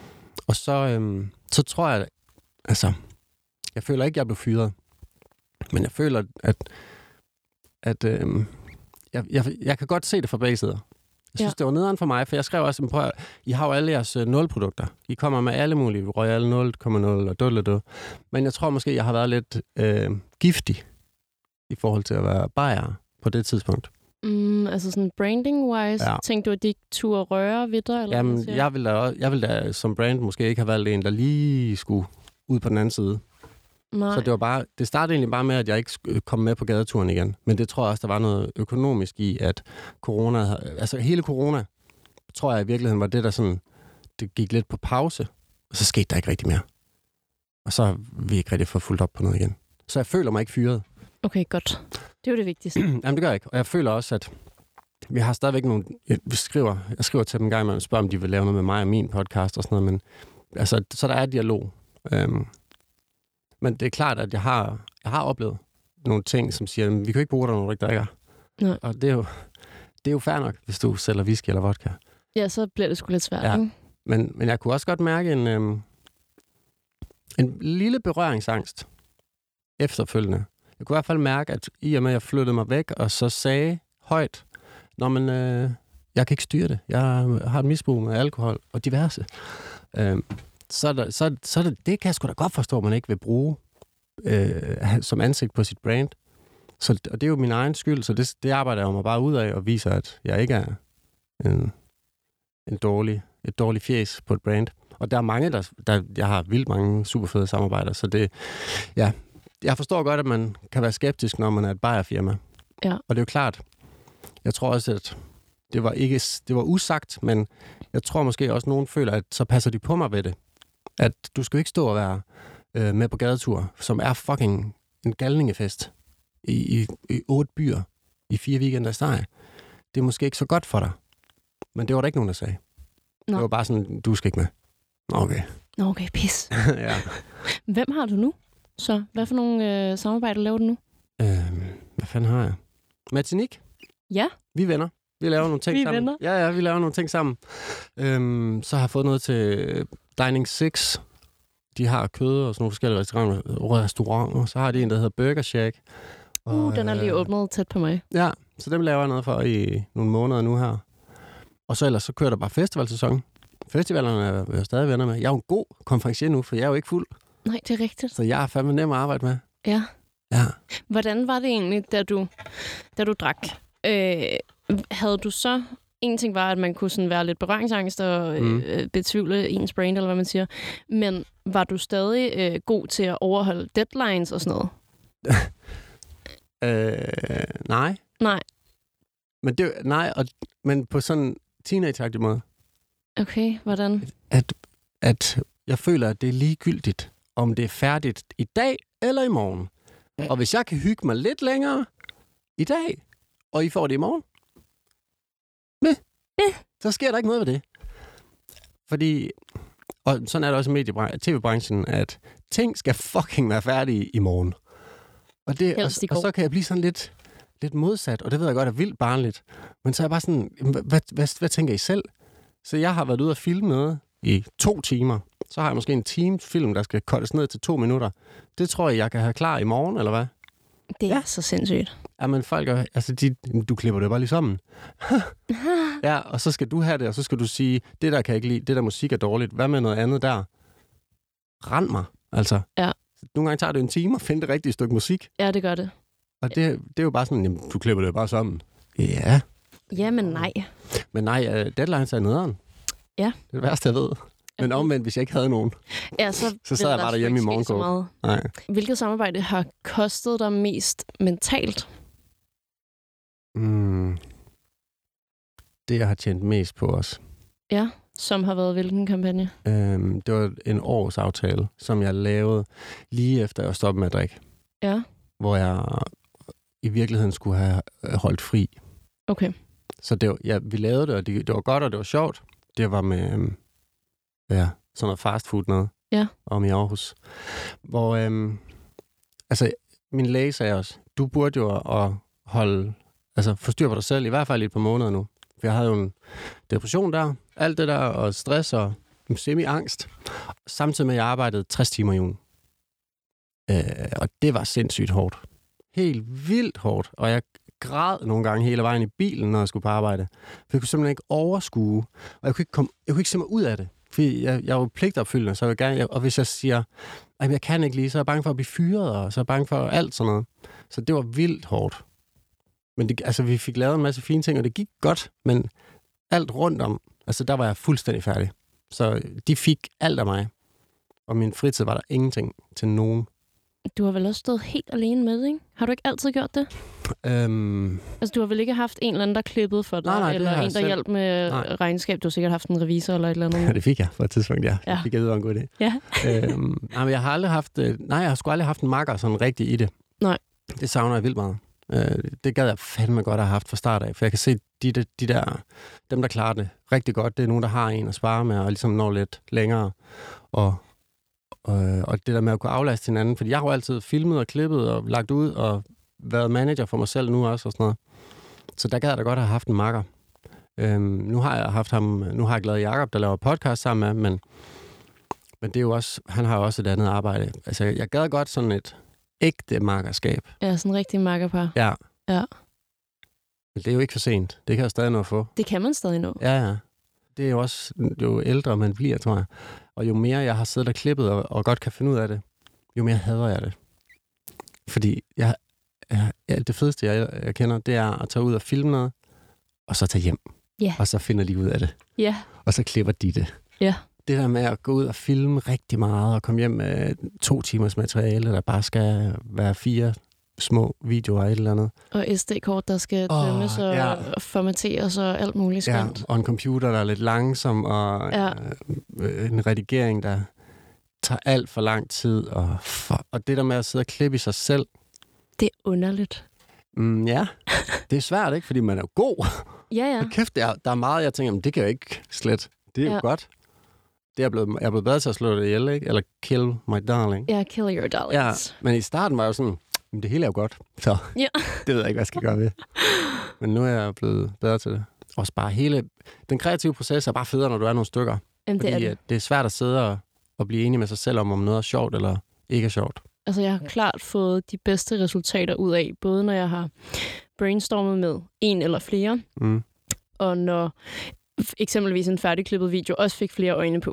Og så, øh, så tror jeg... Altså, jeg føler ikke, jeg blev fyret. Men jeg føler, at... at øh, jeg, jeg, jeg kan godt se det fra begge sider. Jeg synes, ja. det var nederen for mig, for jeg skrev også, prøv, I har jo alle jeres nul-produkter. I kommer med alle mulige, Royal nul komma nul og dødledød. Men jeg tror måske, jeg har været lidt øh, giftig i forhold til at være bajer på det tidspunkt. Mm, altså sådan branding-wise, ja. Tænkte du, at de ikke turde røre ved dig? Eller Jamen, jeg ville, da, jeg ville da som brand måske ikke have valgt en, der lige skulle ud på den anden side. Nej. Så det var bare, det startede egentlig bare med, at jeg ikke kom med på gadeturen igen. Men det tror jeg også, der var noget økonomisk i, at corona, altså hele corona, tror jeg i virkeligheden var det, der sådan, det gik lidt på pause, og så skete der ikke rigtig mere. Og så har vi ikke rigtig fået fuldt op på noget igen. Så jeg føler mig ikke fyret. Okay, godt. Det er jo det vigtigste. Jamen, det gør jeg ikke. Og jeg føler også, at vi har stadigvæk nogle, jeg skriver, jeg skriver til dem en gang, man spørger, om de vil lave noget med mig og min podcast og sådan noget, men altså, så der er dialog. Øhm, Men det er klart, at jeg har, jeg har oplevet nogle ting, som siger, at vi kan ikke bruge dig, når du ikke drikker. Nej. Og det er, jo, det er jo fair nok, hvis du sælger whisky eller vodka. Ja, så bliver det sgu lidt svært, ja. ikke? Men, men jeg kunne også godt mærke en, øhm, en lille berøringsangst efterfølgende. Jeg kunne i hvert fald mærke, at i og med, at jeg flyttede mig væk, og så sagde højt, Nå, men øh, jeg kan ikke styre det. Jeg har et misbrug med alkohol og diverse. Øhm, Så, der, så, så det, det kan jeg sgu da godt forstå, at man ikke vil bruge øh, som ansigt på sit brand. Så, og det er jo min egen skyld, så det, det arbejder jeg mig bare ud af og viser, at jeg ikke er en, en dårlig, et dårligt fjes på et brand. Og der er mange, der, der jeg har vildt mange super fede samarbejder, så det, ja, jeg forstår godt, at man kan være skeptisk, når man er et bajerfirma. Ja. Og det er jo klart, jeg tror også, at det var ikke, det var usagt, men jeg tror måske også, at nogen føler, at så passer de på mig ved det. At du skal ikke stå og være øh, med på gadetur, som er fucking en galningefest i, i, i otte byer i fire weekender i streg. Det er måske ikke så godt for dig. Men det var der ikke nogen, der sagde. Nå. Det var bare sådan, du skal ikke med. Nå, okay. Nå, okay, pis. Ja. Hvem har du nu? Så, hvad for nogle øh, samarbejder laver du nu? Øhm, hvad fanden har jeg? Martinique. Ja. Vi er venner. Vi laver nogle ting vi sammen. Venner. Ja, ja, vi laver nogle ting sammen. Øhm, så har jeg fået noget til Dining Six. De har kød og sådan nogle forskellige restauranter. restauranter. Så har de en, der hedder Burger Shack. Og, uh, den er lige åbnet tæt på mig. Ja, så dem laver jeg noget for i nogle måneder nu her. Og så ellers så kører der bare festivalsæson. Festivalerne er jeg stadig venner med. Jeg er jo en god konferencier nu, for jeg er jo ikke fuld. Nej, det er rigtigt. Så jeg er fandme nem at arbejde med. Ja. Ja. Hvordan var det egentlig, da du, da du drak? Øh, havde du så... En ting var, at man kunne sådan være lidt berøringsangst og mm. øh, betvivle ens brain, eller hvad man siger. Men var du stadig øh, god til at overholde deadlines og sådan noget? øh, nej. Nej. Men, det, nej, og, men på sådan en teenage-agtig måde. Okay, hvordan? At, at jeg føler, at det er ligegyldigt, om det er færdigt i dag eller i morgen. Og hvis jeg kan hygge mig lidt længere i dag, og I får det i morgen, Ja. så sker der ikke noget ved det. Fordi, og sådan er det også i medie- tv-branchen, at ting skal fucking være færdige i morgen. Og, det, og, og så kan jeg blive sådan lidt, lidt modsat, og det ved jeg godt er vildt barnligt. Men så er jeg bare sådan, hvad, hvad, hvad, hvad tænker I selv? Så jeg har været ude og filme noget i to timer. Så har jeg måske en time film, der skal cuttes ned til to minutter. Det tror jeg, jeg kan have klar i morgen, eller hvad? Det er ja. så sindssygt. Ja, men folk er, altså, de, du klipper det bare lige sammen. Ja, og så skal du have det, og så skal du sige, det der kan jeg ikke lide, det der musik er dårligt. Hvad med noget andet der? Rend mig, altså. Ja. Nogle gange tager det en time at finde det rigtige stykke musik. Ja, det gør det. Og det, det er jo bare sådan, jamen, du klipper det bare sammen. Ja. Ja, men nej. Men nej, uh, deadlines er nederen. Ja. Det er det værste, jeg ved. Men omvendt, hvis jeg ikke havde nogen, ja, så, så sad jeg bare derhjemme i morgenkåb. Nej. Hvilket samarbejde har kostet dig mest mentalt? Mm. Det, jeg har tjent mest på os. Ja, som har været hvilken kampagne? Øhm, det var en årsaftale, som jeg lavede lige efter jeg stoppede med at drikke. Ja. Hvor jeg i virkeligheden skulle have holdt fri. Okay. Så det var, ja, vi lavede det, og det, det var godt, og det var sjovt. Det var med øhm, ja, sådan noget fast food noget. Ja. Om i Aarhus. Hvor, øhm, altså, min læge sagde også, du burde jo at holde, altså forstyr på dig selv, i hvert fald i et par måneder nu. For jeg havde jo en depression der, alt det der, og stress og semi-angst. Samtidig med, at jeg arbejdede tres timer i ugen. Øh, og det var sindssygt hårdt. Helt vildt hårdt. Og jeg græd nogle gange hele vejen i bilen, når jeg skulle på arbejde. For jeg kunne simpelthen ikke overskue. Og jeg kunne ikke, komme, jeg kunne ikke se mig ud af det. Fordi jeg, jeg var jo pligtopfyldende, så jeg gerne, og hvis jeg siger, at jeg kan ikke lige, så er jeg bange for at blive fyret, og så er jeg bange for alt sådan noget. Så det var vildt hårdt. Men det, altså, vi fik lavet en masse fine ting, og det gik godt, men alt rundt om, altså der var jeg fuldstændig færdig. Så de fik alt af mig, og min fritid var der ingenting til nogen. Du har vel også stået helt alene med, ikke? Har du ikke altid gjort det? Øhm... Altså, du har vel ikke haft en eller anden, der klippede for dig? Nej, nej, eller en, der selv... hjalp med nej. regnskab? Du har sikkert haft en revisor eller et eller andet? Ja, det fik jeg på et tidspunkt, ja. ja. Det fik jeg ud af en god idé. Ja. øhm, nej, men jeg har aldrig haft... Nej, jeg har sgu aldrig haft en makker sådan rigtig i det. Nej. Det savner jeg vildt meget. Øh, det gad jeg fandme godt at have haft fra start af, for jeg kan se, de, de, de der, dem der klarer det rigtig godt, det er nogen, der har en at spare med, og ligesom når lidt længere, og, og, og det der med at kunne aflaste hinanden, fordi jeg har jo altid filmet og klippet og lagt ud, og været manager for mig selv nu også, og sådan noget. Så der gad jeg da godt at have haft en makker. Øhm, nu har jeg haft ham, nu har jeg glad Jacob, der laver podcast sammen med, men, men det er jo også, han har jo også et andet arbejde. Altså, jeg gad godt sådan et ægte makkerskab. Ja, sådan en rigtig makkerpar. Ja. Ja. Men det er jo ikke for sent. Det kan jeg stadig nå at få. Det kan man stadig nå. Ja, ja. Det er jo også, jo ældre man bliver, tror jeg. Og jo mere jeg har siddet og klippet og, og godt kan finde ud af det, jo mere hader jeg det. Fordi jeg, jeg, det fedeste, jeg, jeg kender, det er at tage ud og filme noget, og så tage hjem. Ja. Og så finder de ud af det. Ja. Og så klipper de det. Ja. Det der med at gå ud og filme rigtig meget, og komme hjem med to timers materiale, der bare skal være fire små videoer og et eller andet. Og S D-kort, der skal tømmes oh, og ja. formateres og alt muligt skønt. Ja, og en computer, der er lidt langsom, og ja. øh, en redigering, der tager alt for lang tid. Og, for, og det der med at sidde og klippe i sig selv. Det er underligt. Mm, ja, det er svært, ikke? Fordi man er jo god. Ja, ja. Og kæft, der, der er meget, jeg tænker, det kan jeg ikke slet. Det er ja. jo godt. Det er blevet, jeg er blevet bedre til at slå det ihjel, ikke? Eller kill my darling. Ja, kill your darlings. Ja, men i starten var jeg jo sådan, det hele er jo godt, så ja. det ved jeg ikke, hvad jeg skal gøre ved. Men nu er jeg blevet bedre til det. Også bare hele... Den kreative proces er bare federe, når du er nogle stykker. Jamen, fordi det, er det. det er svært at sidde og, og blive enig med sig selv om, om noget er sjovt eller ikke er sjovt. Altså, jeg har klart fået de bedste resultater ud af, både når jeg har brainstormet med en eller flere, mm. og når eksempelvis en færdigklippet video også fik flere øjne på.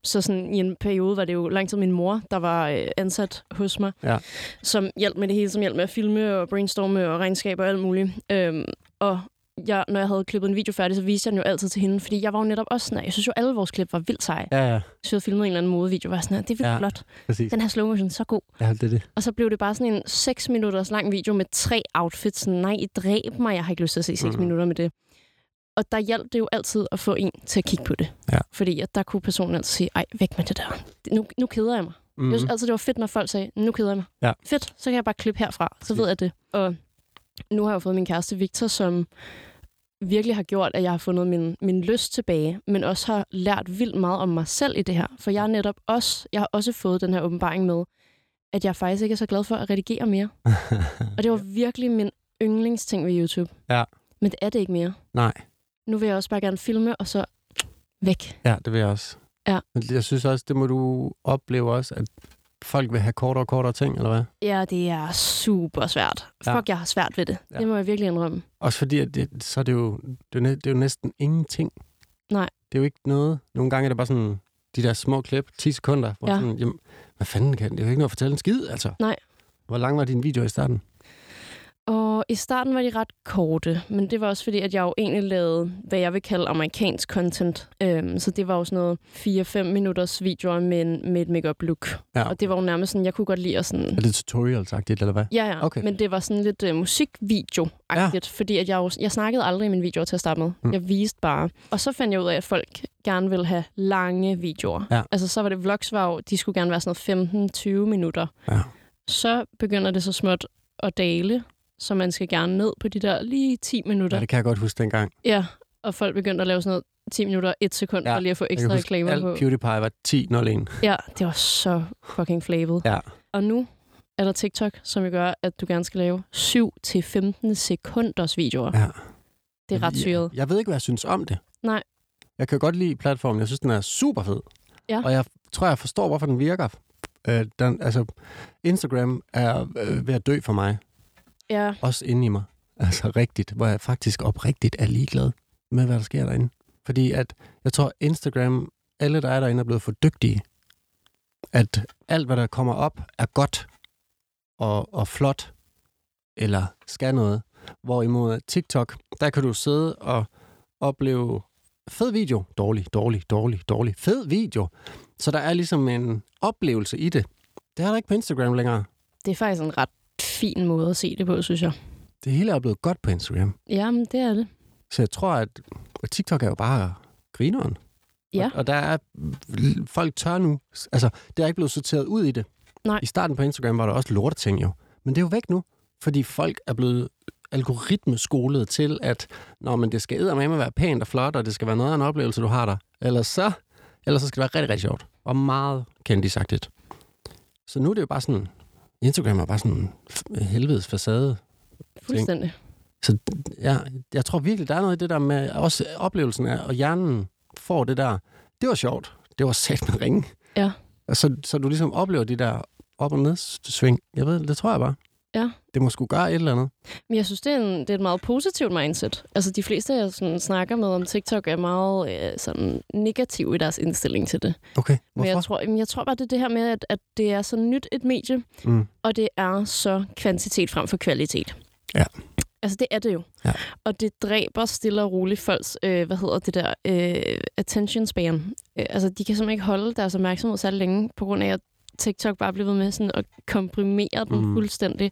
Så sådan, i en periode var det jo lang tid min mor, der var øh, ansat hos mig, ja. som hjalp med det hele, som hjalp med at filme og brainstorme og regnskaber og alt muligt. Øhm, og jeg, når jeg havde klippet en video færdig, så viste jeg den jo altid til hende, fordi jeg var jo netop også sådan, jeg synes jo, alle vores klip var vildt seje. Ja, ja. Så jeg havde filmet en eller anden modevideo, var sådan, det er vildt ja, flot. Præcis. Den her slow motion, så god. Ja, det er det. Og så blev det bare sådan en seks minutters lang video med tre outfits. Nej, dræb mig, jeg har ikke lyst til at se seks mm. minutter med det. Og der hjalp det jo altid at få en til at kigge på det. Ja. Fordi at der kunne personen altid sige, ej, væk med det der. Nu, nu keder jeg mig. Mm. Jeg synes altid, det var fedt, når folk sagde, nu keder jeg mig. Ja. Fedt, så kan jeg bare klippe herfra. Så ved jeg det. Og nu har jeg jo fået min kæreste Victor, som virkelig har gjort, at jeg har fundet min, min lyst tilbage, men også har lært vildt meget om mig selv i det her. For jeg, netop også, jeg har også fået den her åbenbaring med, at jeg faktisk ikke er så glad for at redigere mere. Og det var virkelig min yndlingsting ved YouTube. Ja. Men det er det ikke mere. Nej. Nu vil jeg også bare gerne filme, og så væk. Ja, det vil jeg også. Ja. Men jeg synes også, det må du opleve også, at folk vil have kortere og kortere ting, eller hvad? Ja, det er super svært. Ja. Fuck, jeg har svært ved det. Ja. Det må jeg virkelig indrømme. Også fordi, at det, så er det, jo, det, er jo, det er jo næsten ingenting. Nej. Det er jo ikke noget. Nogle gange er det bare sådan, de der små klip, ti sekunder, hvor ja. sådan, jamen, hvad fanden kan det? Det er jo ikke noget at fortælle en skid, altså. Nej. Hvor lang var din video i starten? Og i starten var de ret korte, men det var også fordi, at jeg jo egentlig lavede, hvad jeg vil kalde amerikansk content. Øhm, så det var jo sådan noget fire fem minutters videoer med, en, med et make-up look. Ja. Og det var jo nærmest sådan, jeg kunne godt lide at sådan... Er det tutorial-agtigt, eller hvad? Ja, ja. Okay. Men det var sådan lidt uh, musikvideo-agtigt, ja. Fordi at jeg, jo, jeg snakkede aldrig i mine videoer til at starte med. Mm. Jeg viste bare. Og så fandt jeg ud af, at folk gerne ville have lange videoer. Ja. Altså så var det vlogs, var jo, de skulle gerne være sådan noget femten til tyve minutter. Ja. Så begynder det så småt at dale. Så man skal gerne ned på de der lige ti minutter. Ja, det kan jeg godt huske dengang. Ja, og folk begyndte at lave sådan noget ti minutter og et sekund, ja, for lige at få ekstra reklamer på. Alt PewDiePie var ti nul en. Ja, det var så fucking flavet. Ja. Og nu er der TikTok, som gør, at du gerne skal lave syv til femten sekunders videoer. Ja. Det er ret syret. Jeg, jeg ved ikke, hvad jeg synes om det. Nej. Jeg kan godt lide platformen. Jeg synes, den er super fed. Ja. Og jeg tror, jeg forstår, hvorfor den virker. Øh, den, altså, Instagram er øh, ved at dø for mig. Ja. Også inde i mig. Altså rigtigt. Hvor jeg faktisk oprigtigt er ligeglad med, hvad der sker derinde. Fordi at, jeg tror, Instagram, alle der er derinde, er blevet for dygtige. At alt, hvad der kommer op, er godt og, og flot. Eller skal noget. Hvorimod TikTok, der kan du sidde og opleve fed video. Dårlig, dårlig, dårlig, dårlig. Fed video. Så der er ligesom en oplevelse i det. Det er der ikke på Instagram længere. Det er faktisk en ret fin måde at se det på, synes jeg. Det hele er blevet godt på Instagram. Jamen, det er det. Så jeg tror, at TikTok er jo bare grineren. Ja. Og, og der er... Folk tør nu... Altså, det er ikke blevet sorteret ud i det. Nej. I starten på Instagram var der også lorteting jo. Men det er jo væk nu. Fordi folk er blevet algoritmeskolet til, at når man det skal eddermame være pænt og flot, og det skal være noget af en oplevelse, du har der. Ellers så, ellers så skal det være rigtig, rigtig sjovt. Og meget kendisagtigt. Så nu er det jo bare sådan... Instagram er bare sådan en helvedes facade. Fuldstændig. Så ja, jeg tror virkelig, der er noget i det der med også oplevelsen af, og hjernen får det der. Det var sjovt. Det var sat med ringe. Ja. Så, så du ligesom oplever de der op- og nedsving. Jeg ved, det tror jeg bare. Ja. Det må sgu gøre et eller andet. Men jeg synes, det er, en, det er et meget positivt mindset. Altså, de fleste, jeg sådan, snakker med om TikTok, er meget øh, sådan, negativ i deres indstilling til det. Okay, hvorfor? Men jeg tror, jamen, jeg tror bare, det er det her med, at, at det er så nyt et medie, mm. og det er så kvantitet frem for kvalitet. Ja. Altså, det er det jo. Ja. Og det dræber stille og roligt folks, øh, hvad hedder det der, øh, attention span. Øh, altså, de kan simpelthen ikke holde deres opmærksomhed så længe, på grund af, at TikTok bare bliver ved med sådan at komprimere den mm. fuldstændig.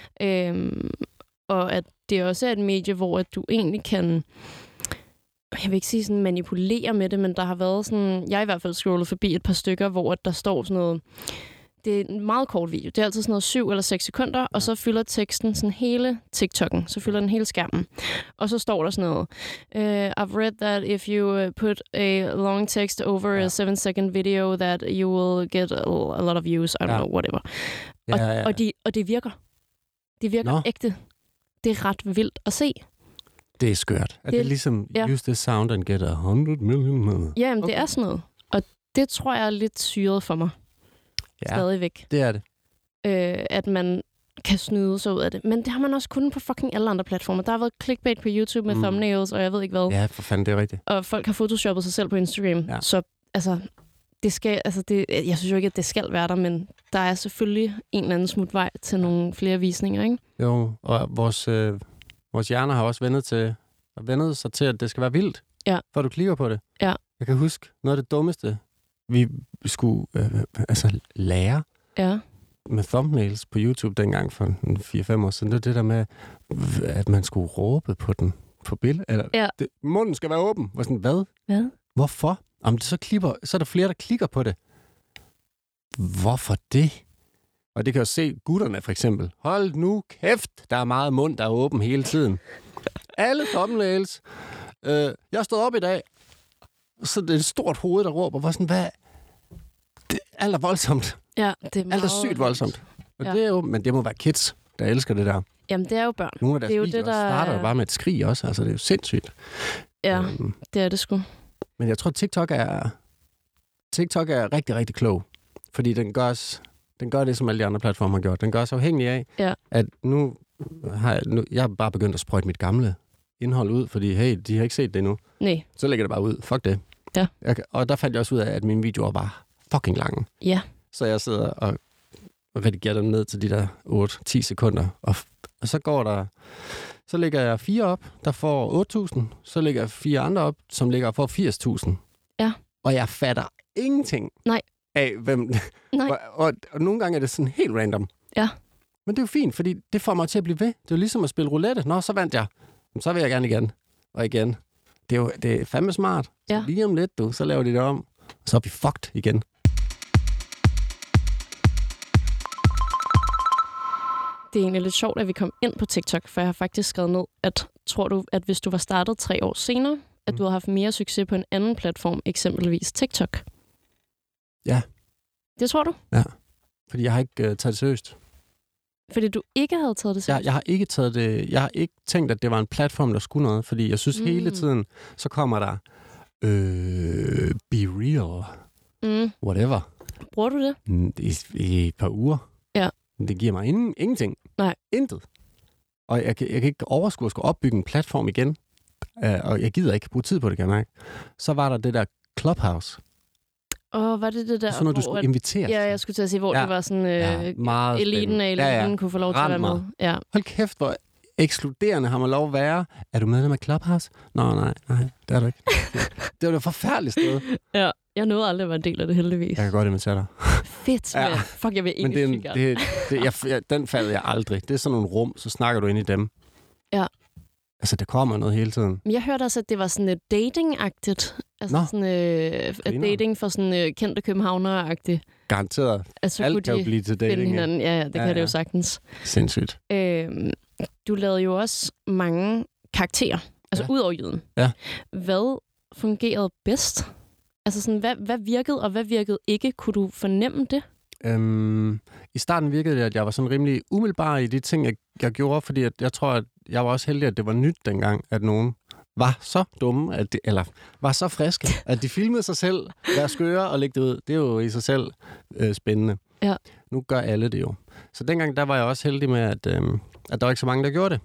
Øhm, og at det også er et medie, hvor at du egentlig kan, jeg vil ikke sige sådan manipulere med det, men der har været sådan, jeg har i hvert fald scrollet forbi et par stykker, hvor der står sådan noget, det er en meget kort video. Det er altid sådan noget syv eller seks sekunder, og så fylder teksten sådan hele TikTok'en. Så fylder den hele skærmen. Og så står der sådan noget. Uh, I've read that if you put a long text over ja. a seven second video, that you will get a, a lot of views. I don't ja. know, whatever. Ja, og, ja, ja. Og, de, og det virker. Det virker no. ægte. Det er ret vildt at se. Det er skørt. Er det, det ligesom ja. use this sound and get a hundred million? Ja, men okay. det er sådan noget. Og det tror jeg er lidt syret for mig. Ja, stadigvæk. Det er det. Øh, at man kan snyde sig ud af det. Men det har man også kunnet på fucking alle andre platformer. Der har været clickbait på YouTube med mm. thumbnails, og jeg ved ikke hvad. Ja, for fanden, det er rigtigt. Og folk har photoshoppet sig selv på Instagram. Ja. Så altså, det skal, altså det, jeg synes jo ikke, at det skal være der, men der er selvfølgelig en eller anden smutvej til nogle flere visninger, ikke? Jo, og vores, øh, vores hjerner har også vendet, til, vendet sig til, at det skal være vildt, ja. før du klikker på det. Ja. Jeg kan huske, noget af det dummeste, vi skulle øh, altså, lære ja. med thumbnails på YouTube dengang for fire fem år siden, det var det der med, at man skulle råbe på den på billede. Eller, ja. det, munden skal være åben. Var sådan, hvad? Hvad? Hvorfor? Om det så, klipper, så er der flere, der klikker på det. Hvorfor det? Og det kan jo se gutterne for eksempel. Hold nu kæft, der er meget mund, der er åben hele tiden. Alle thumbnails. Øh, jeg stod op i dag, så det er et stort hoved, der råber. Var sådan, hvad? Det, alt er voldsomt. Ja, det er meget... Alt er sygt voldsomt. Og ja. det er jo, men det må være kids, der elsker det der. Jamen, det er jo børn. Nogle af deres det er videoer jo det, der... starter jo bare med et skrig også. Altså, det er jo sindssygt. Ja, um, det er det sgu. Men jeg tror, TikTok er... TikTok er rigtig, rigtig klog. Fordi den gør, os, den gør det, som alle de andre platformer har gjort. Den gør os afhængig af, ja. at nu har jeg, nu, jeg har bare begyndt at sprøjte mit gamle indhold ud, fordi hey, de har ikke set det endnu. Nej. Så lægger det bare ud. Fuck det. Ja. Jeg, og der fandt jeg også ud af, at mine videoer var fucking lange. Ja. Så jeg sidder og redigerer dem ned til de der otte til ti sekunder. Og, og så går der... Så lægger jeg fire op, der får otte tusind. Så lægger jeg fire andre op, som ligger for firs tusind. Ja. Og jeg fatter ingenting Nej. af, hvem... Nej. og, og, og nogle gange er det sådan helt random. Ja. Men det er jo fint, fordi det får mig til at blive ved. Det er jo ligesom at spille roulette. Nå, så vandt jeg. Så vil jeg gerne igen. Og igen. Det er jo det er fandme smart. Ja. Lige om lidt, du, så laver de det om. Og så er vi fucked igen. Det er egentlig lidt sjovt, at vi kom ind på TikTok, for jeg har faktisk skrevet ned, at tror du, at hvis du var startet tre år senere, at du havde haft mere succes på en anden platform, eksempelvis TikTok? Ja. Det tror du? Ja. Fordi jeg har ikke uh, taget det seriøst. Fordi du ikke havde taget det seriøst? Jeg, jeg har ikke taget det... Jeg har ikke tænkt, at det var en platform, der skulle noget. Fordi jeg synes mm. hele tiden, så kommer der... Øh, be real. Mm. Whatever. Bruger du det? I, i et par uger. Ja. Det giver mig ingen, ingenting. Nej. Intet. Og jeg kan, jeg kan ikke overskue at skulle opbygge en platform igen. Uh, og jeg gider ikke bruge tid på det, kan jeg mærke. Så var der det der Clubhouse. Og var det det der... Så når du skulle inviteres. Ja, jeg skulle til at sige, hvor ja. det var sådan... Øh, ja, meget eliten af eliten ja, ja. kunne få lov til Rand at være med. Ja. Hold kæft, hvor ekskluderende har man lov at være. Er du medlem af Clubhouse? Nå, nej, nej, det er du ikke. Det var det forfærdelige sted. Ja, jeg nåede aldrig at være en del af det, heldigvis. Jeg kan godt invitere dig. Fedt, ja. Fuck, jeg vil ikke Men det, det, det, jeg, jeg, den falder jeg aldrig. Det er sådan nogle rum, så snakker du ind i dem. Ja. Altså, der kommer noget hele tiden. Men jeg hørte også, at det var sådan et dating-agtigt. Altså Nå. sådan øh, dating for sådan øh, kendte københavner-agtigt. Garanteret. Altså, alt kan jo blive til dating. Hinanden. Ja, ja, det ja, kan ja. det jo sagtens. Sindssygt. Øh, du lavede jo også mange karakterer. Altså ja. ud over jyden. Ja. Hvad fungerede bedst? Altså sådan, hvad, hvad virkede, og hvad virkede ikke? Kunne du fornemme det? Øhm, I starten virkede det, at jeg var sådan rimelig umiddelbar i de ting, jeg, jeg gjorde, fordi at jeg tror, at jeg var også heldig, at det var nyt dengang, at nogen var så dumme, at de, eller var så friske, at de filmede sig selv, være skøre og lægge det ud. Det er jo i sig selv øh, spændende. Ja. Nu gør alle det jo. Så dengang, der var jeg også heldig med, at, øh, at der var ikke så mange, der gjorde det.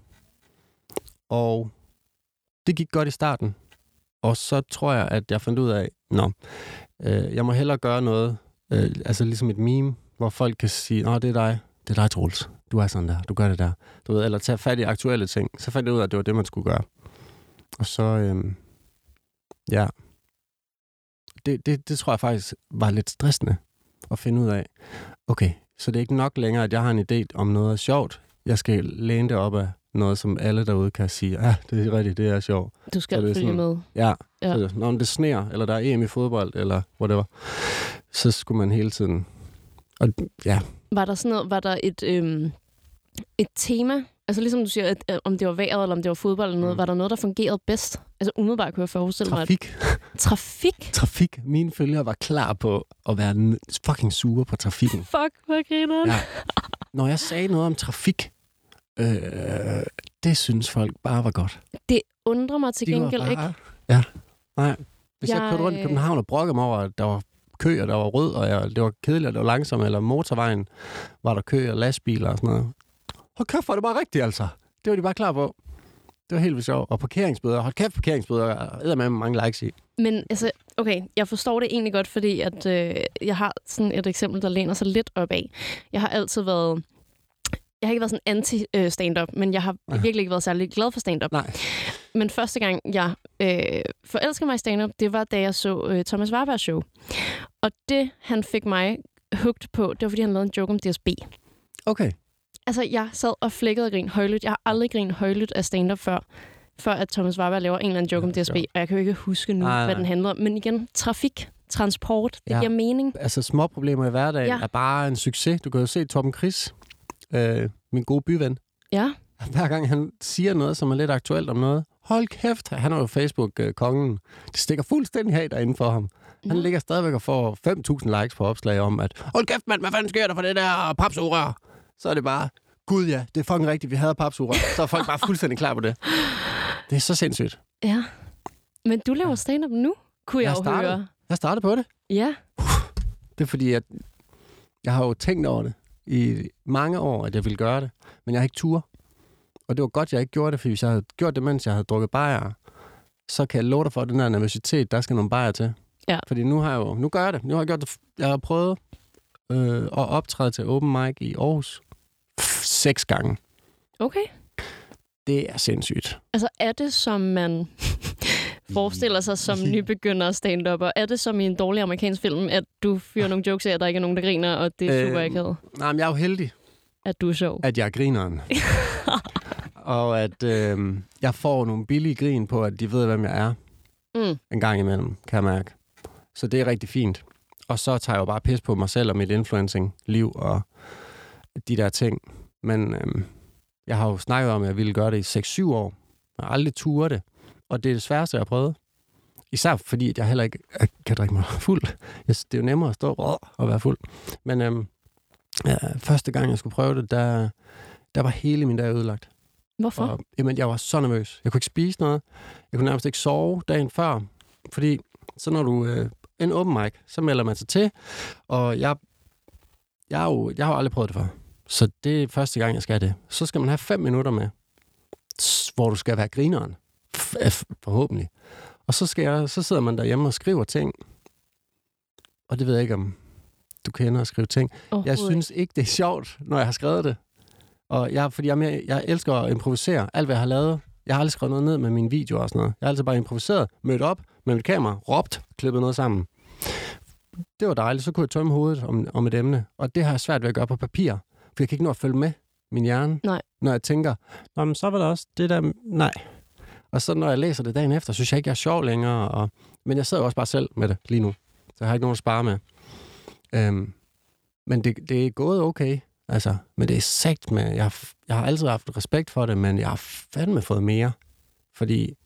Og det gik godt i starten. Og så tror jeg, at jeg fandt ud af, nå, øh, jeg må hellere gøre noget, øh, altså ligesom et meme, hvor folk kan sige, nå, det er dig, det er dig, Troels. Du er sådan der, du gør det der. Du ved, eller tage fat i aktuelle ting. Så fandt jeg ud af, at det var det, man skulle gøre. Og så, øh, ja, det, det, det tror jeg faktisk var lidt stressende at finde ud af. Okay, så det er ikke nok længere, at jeg har en idé om noget er sjovt. Jeg skal læne det op af noget, som alle derude kan sige, ja, det er rigtigt, det er sjovt. Du skal følge sådan, med. Ja, ja. Så det, når det sner, eller der er E M i fodbold, eller whatever, så skulle man hele tiden... Og, ja. Var der sådan noget, var der et, øhm, et tema, altså ligesom du siger, at, om det var vejret, eller om det var fodbold eller noget, mm. var der noget, der fungerede bedst? Altså umiddelbart kunne jeg forestille mig... Trafik. At... Trafik? Trafik. Mine følgere var klar på at være fucking sure på trafikken. Fuck, hvad griner ja. Når jeg sagde noget om trafik, øh, det synes folk bare var godt. Det undrer mig til De gengæld bare, ikke. Ja, nej. Hvis jeg, jeg kørte rundt i København og brokkede mig over, at der var kø, og der var rød, og jeg, det var kedeligt, og det var langsomt, eller motorvejen var der kø og lastbiler og sådan noget. Hold kæft, var det bare rigtigt, altså. Det var de bare klar på. Det var helt vildt sjovt. Og parkeringsbøder. Hold kæft, parkeringsbøder. Jeg med mange likes i. Men altså, okay, jeg forstår det egentlig godt, fordi at, øh, jeg har sådan et eksempel, der læner sig lidt opad. Jeg har altid været... Jeg har ikke været sådan anti-stand-up, men jeg har virkelig ikke været særlig glad for stand-up. Nej. Men første gang, jeg øh, forelskede mig i stand-up, det var, da jeg så øh, Thomas Warbergs show. Og det, han fik mig hugt på, det var, fordi han lavede en joke om D S B. Okay. Altså, jeg sad og flækkede og grin højlydt. Jeg har aldrig grin højlydt af stand-up før, før at Thomas Warberg laver en eller anden joke om D S B, og jeg kan jo ikke huske nu, nej, hvad den handler om. Men igen, trafik, transport, det ja. giver mening. Altså, små problemer i hverdagen ja. er bare en succes. Du kan jo se Torben Chris, øh, min gode byven. Ja. Hver gang han siger noget, som er lidt aktuelt om noget, hold kæft, han er jo Facebook-kongen. Det stikker fuldstændig af derinde for ham. Han ja. ligger stadigvæk og får fem tusind likes på opslag om, at hold kæft, mand, hvad fanden sker der for det der papsugerør? Så er det bare, gud ja, det er fucking rigtigt, vi havde papsugerør. Så er folk bare fuldstændig klar på det. Det er så sindssygt. Ja. Men du laver stand-up nu, kunne jeg, jeg jo startet. høre. Jeg startede på det. Ja. Det er fordi, at jeg har jo tænkt over det i mange år, at jeg ville gøre det. Men jeg har ikke tur. Og det var godt, jeg ikke gjorde det, for hvis jeg havde gjort det, mens jeg havde drukket bajer, så kan jeg love dig for, at den der nervøsitet, der skal nogle bajer til. Ja. Fordi nu har jeg jo, nu gør jeg det. Nu har jeg gjort det. Jeg har prøvet øh, at optræde til open mic i Aarhus Pff, seks gange. Okay. Det er sindssygt. Altså, er det, som man forestiller sig som nybegynder stand-upper? Er det som i en dårlig amerikansk film, at du fyrer nogle jokes af, at der ikke er nogen, der griner, og det er super øh, akavet? Nej, men jeg er jo heldig. At du er sjov. At jeg er grineren. Og at øh, jeg får nogle billige grin på, at de ved, hvem jeg er. Mm. En gang imellem, kan jeg mærke. Så det er rigtig fint. Og så tager jeg jo bare pis på mig selv og mit influencing-liv og de der ting. Men øh, jeg har jo snakket om, at jeg ville gøre det i seks syv år. Jeg har aldrig turet det. Og det er det sværeste, jeg har prøvet. Især fordi, at jeg heller ikke kan drikke mig fuld. Det er jo nemmere at stå og være fuld. Men øh, ja, første gang, jeg skulle prøve det, der, der var hele min dag ødelagt. Hvorfor? Og, jamen, jeg var så nervøs. Jeg kunne ikke spise noget. Jeg kunne nærmest ikke sove dagen før. Fordi så når du øh, en open mic, så melder man sig til. Og jeg, jeg, er jo, jeg har jo aldrig prøvet det før. Så det er første gang, jeg skal det. Så skal man have fem minutter med, hvor du skal være grineren. Forhåbentlig. Og så, skal jeg, så sidder man derhjemme og skriver ting. Og det ved jeg ikke, om du kender at skrive ting. Jeg synes ikke, det er sjovt, når jeg har skrevet det. Og jeg, fordi jeg, mere, jeg elsker at improvisere. Alt, hvad jeg har lavet. Jeg har aldrig skrevet noget ned med mine videoer og sådan noget. Jeg har altid bare improviseret, mødt op med mit kamera, råbt, klippet noget sammen. Det var dejligt. Så kunne jeg tømme hovedet om, om et emne. Og det har jeg svært ved at gøre på papir. For jeg kan ikke nå at følge med min hjerne. Nej. Når jeg tænker, nå, men så var der også det der... Nej. Og så når jeg læser det dagen efter, synes jeg ikke, jeg er sjov længere. Og... Men jeg sidder jo også bare selv med det lige nu. Så jeg har ikke nogen at spare med. Øhm... Men det, det er gået okay. Altså, men det er sagt med, jeg har, jeg har altid haft respekt for det, men jeg har fandme fået mere. Fordi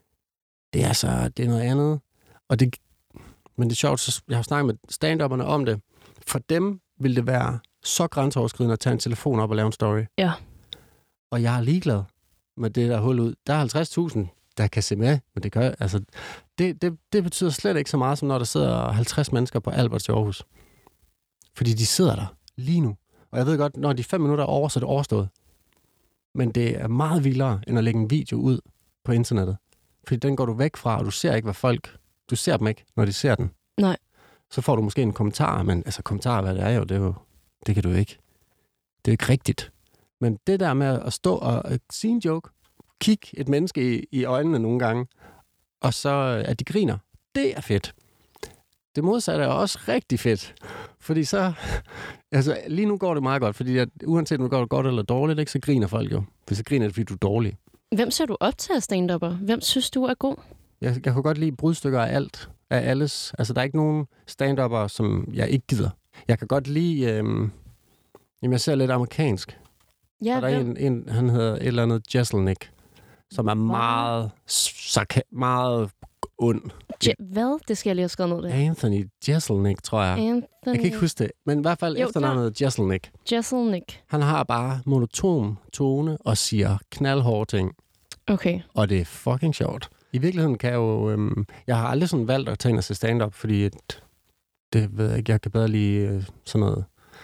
det er så, det er noget andet. Og det, men det er sjovt, så jeg har snakket med stand-upperne om det. For dem vil det være så grænseoverskridende at tage en telefon op og lave en story. Ja. Og jeg er ligeglad med det der hul ud. Der er halvtreds tusind, der kan se med, men det gør, altså, det, det, det betyder slet ikke så meget, som når der sidder halvtreds mennesker på Albert i Aarhus. Fordi de sidder der lige nu. Og jeg ved godt, når de fem minutter er over, så er det overstået. Men det er meget vildere, end at lægge en video ud på internettet. Fordi den går du væk fra, og du ser ikke, hvad folk... Du ser dem ikke, når de ser den. Nej. Så får du måske en kommentar, men altså kommentarer, hvad det er jo, det er jo... Det kan du ikke. Det er ikke rigtigt. Men det der med at stå og sige en joke, kigge et menneske i, i øjnene nogle gange, og så at de griner, det er fedt. Det modsatte er også rigtig fedt. Fordi så... Altså, lige nu går det meget godt, fordi at, uanset om det går godt eller dårligt, ikke, så griner folk jo. Hvis så griner det, fordi du er dårlig. Hvem ser du op til af stand-upper? Hvem synes du er god? Jeg, jeg kan godt lide brudstykker af alt. Af alles. Altså, der er ikke nogen stand-upper, som jeg ikke gider. Jeg kan godt lide... Øhm, jamen, jeg ser lidt amerikansk. Ja, og der er en, en, han hedder et eller andet Jeselnik, som er meget... Sarka- meget ond. Je- hvad? Det skal jeg lige have skrevet ned det. Anthony Jeselnik, tror jeg. Anthony... Jeg kan ikke huske det, men i hvert fald jo, efternavnet Jeselnik. Jeselnik. Han har bare monoton tone og siger knaldhårde ting. Okay. Og det er fucking sjovt. I virkeligheden kan jeg jo... Øhm, jeg har aldrig sådan valgt at tage ind og se stand-up, fordi et, det ved jeg ikke, jeg kan bedre lide øh, sådan noget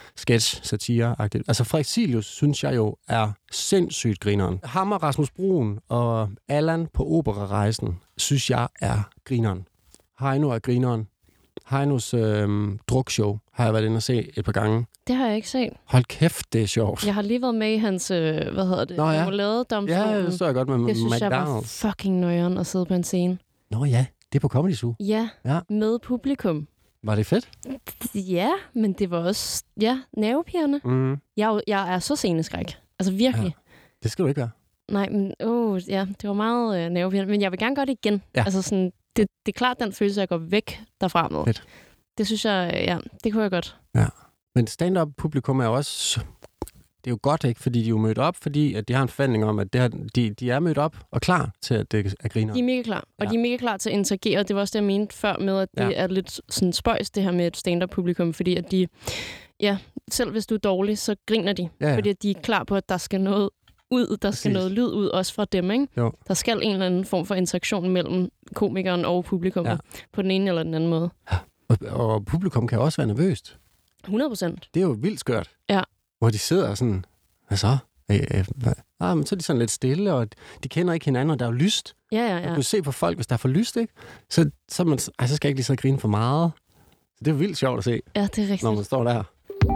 sketch, satire-agtigt. Altså Frederik Silius, synes jeg jo, er sindssygt grineren. Ham og Rasmus Bruun og Allan på Operarejsen, synes jeg er grineren. Heino er grineren. Heinos øh, drukshow har jeg været inde og se et par gange. Det har jeg ikke set. Hold kæft, det er sjovt. Jeg har lige været med i hans, øh, hvad hedder det, Nå, ja. remouladedomstolen. Ja, det står jeg godt med Det synes McDonald's. jeg var fucking nøjeren at sidde på en scene. Nå ja, det er på Comedy Zoo. Ja, ja, med publikum. Var det fedt? Ja, men det var også, ja, nervepirrende. Mm. Jeg, er jo- jeg er så sceneskræk. Altså virkelig. Ja. Det skal du ikke være. Nej, men åh, ja, det var meget øh, nervepirrende. Men jeg vil gerne gøre det igen. Ja. Altså sådan, det, det er klart den følelse, jeg går væk derfra med. Fedt. Det synes jeg, ja, det kunne jeg godt. Ja. Men stand-up publikum er jo også... Det er jo godt, ikke? Fordi de er jo mødt op, fordi at de har en forventning om, at det her, de, de er mødt op og klar til, at det er griner. De er mega klar, og Ja. de er mega klar til at interagere. Det var også det, jeg mente før med, at det Ja. er lidt sådan spøjs, det her med et stand-up-publikum, fordi at de, ja, selv hvis du er dårlig, så griner de. Ja, ja. Fordi at de er klar på, at der skal noget ud, der skal Præcis. noget lyd ud, også fra dem, ikke? Jo. Der skal en eller anden form for interaktion mellem komikeren og publikummet, Ja. på den ene eller den anden måde. Og, og publikum kan også være nervøst. hundrede procent. Det er jo vildt skørt. Ja. Hvor de sidder sådan, hvad så? Øh, øh, hvad? Ah, men så er de sådan lidt stille, og de kender ikke hinanden, og der er jo lyst. Ja, ja, Ja. Du ja. kan se på folk, hvis der er for lyst, ikke? Så, så, er man, ej, så skal jeg ikke lige så grine for meget. Så det er jo vildt sjovt at se, Ja, det er rigtigt. når man står der.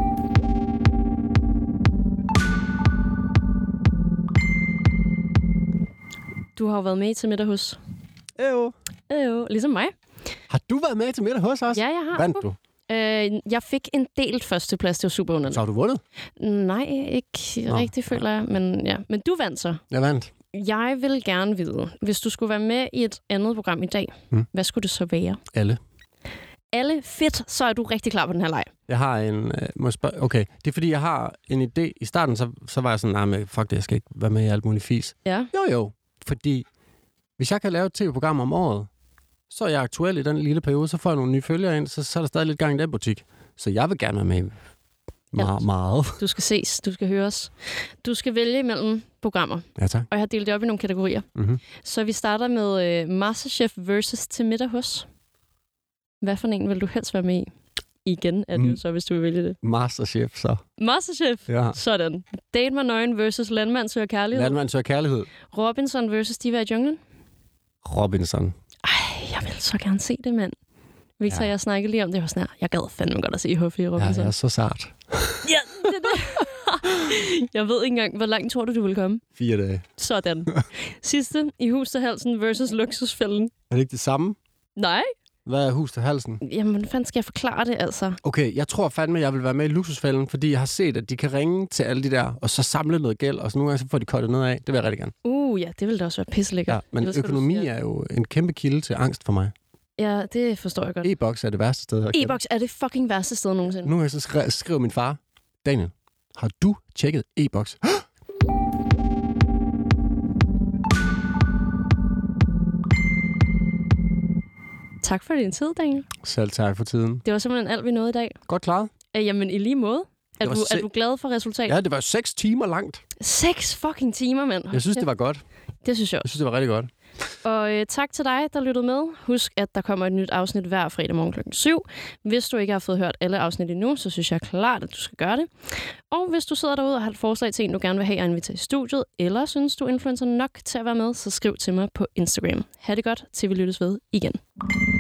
Du har jo været med til middag hos. Ejo. Øh, ligesom mig. Har du været med til middag hos os? Ja, jeg har. Vandt du? Øh, jeg fik en delt førsteplads. Det var super underligt. Så har du vundet? Nej, ikke Nå. rigtigt, føler jeg. Men, ja. men du vandt så. Jeg vandt. Jeg vil gerne vide, hvis du skulle være med i et andet program i dag, Hmm. hvad skulle det så være? Alle. Alle fedt, så er du rigtig klar på den her leg. Jeg har en... Øh, må jeg spørge, okay, det er fordi, jeg har en idé. I starten, så, så var jeg sådan, nej, men fuck det, jeg skal ikke være med i alt muligt fis. Ja. Jo, jo. Fordi hvis jeg kan lave et tv-program om året, så er jeg aktuel i den lille periode, så får jeg nogle nye følgere ind, så, så er der stadig lidt gang i den butik. Så jeg vil gerne være med meget. Ja. meget. Du skal ses, du skal høres. Du skal vælge mellem programmer, Ja, tak. og jeg har delt det op i nogle kategorier. Mm-hmm. Så vi starter med øh, Masterchef versus til middag hos. Hvad for en vil du helst være med i? Igen er det jo Mm. så, hvis du vil vælge det. Masterchef, så. Masterchef. Ja. Sådan. Date mig nøgen versus Landmand søger kærlighed. Landmand søger kærlighed. Robinson versus Diva i junglen. Robinson. Ej, jeg vil så gerne se det, mand. Victor, Ja. ja. jeg snakkede lige om det. Jeg var sådan her, jeg gad fandme godt at se Huffy i Ja, Robinson. jeg er så sart. Ja, det er det. Jeg ved ikke engang, hvor langt tror du, du vil komme? Fire dage. Sådan. Sidste, i hus til halsen versus luksusfælden. Er det ikke det samme? Nej. Hvad er hus til halsen? Jamen, hvordan fanden skal jeg forklare det, altså? Okay, jeg tror fandme, jeg vil være med i luksusfælden, fordi jeg har set, at de kan ringe til alle de der, og så samle noget gæld, og så nogle gange så får de kottet ned af. Det vil jeg rigtig gerne. Uh, ja, det ville da også være pisselækkert. Ja, men Jeg ved sgu, hvad du økonomi siger. er jo en kæmpe kilde til angst for mig. Ja, det forstår jeg godt. E-boks er det værste sted. at kæmpe. E-boks er det fucking værste sted nogensinde. Nu har jeg så skrevet, skriver min far, Daniel, har du tjekket e-boks? Tak for din tid, Daniel. Selv tak for tiden. Det var simpelthen alt, vi nåede i dag. Godt klaret. Øh, jamen, i lige måde. Er var du, se- er du glad for resultatet? Ja, det var seks timer langt. Seks fucking timer, mand. Jeg synes, det var godt. Det synes jeg Jeg synes, det var rigtig godt. Og øh, tak til dig, der lyttede med. Husk, at der kommer et nyt afsnit hver fredag morgen klokken syv. Hvis du ikke har fået hørt alle afsnit endnu, så synes jeg klart, at du skal gøre det. Og hvis du sidder derude og har et forslag til en, du gerne vil have at invitere i studiet, eller synes, du er influencer nok til at være med, så skriv til mig på Instagram. Ha' det godt, til vi lyttes ved igen.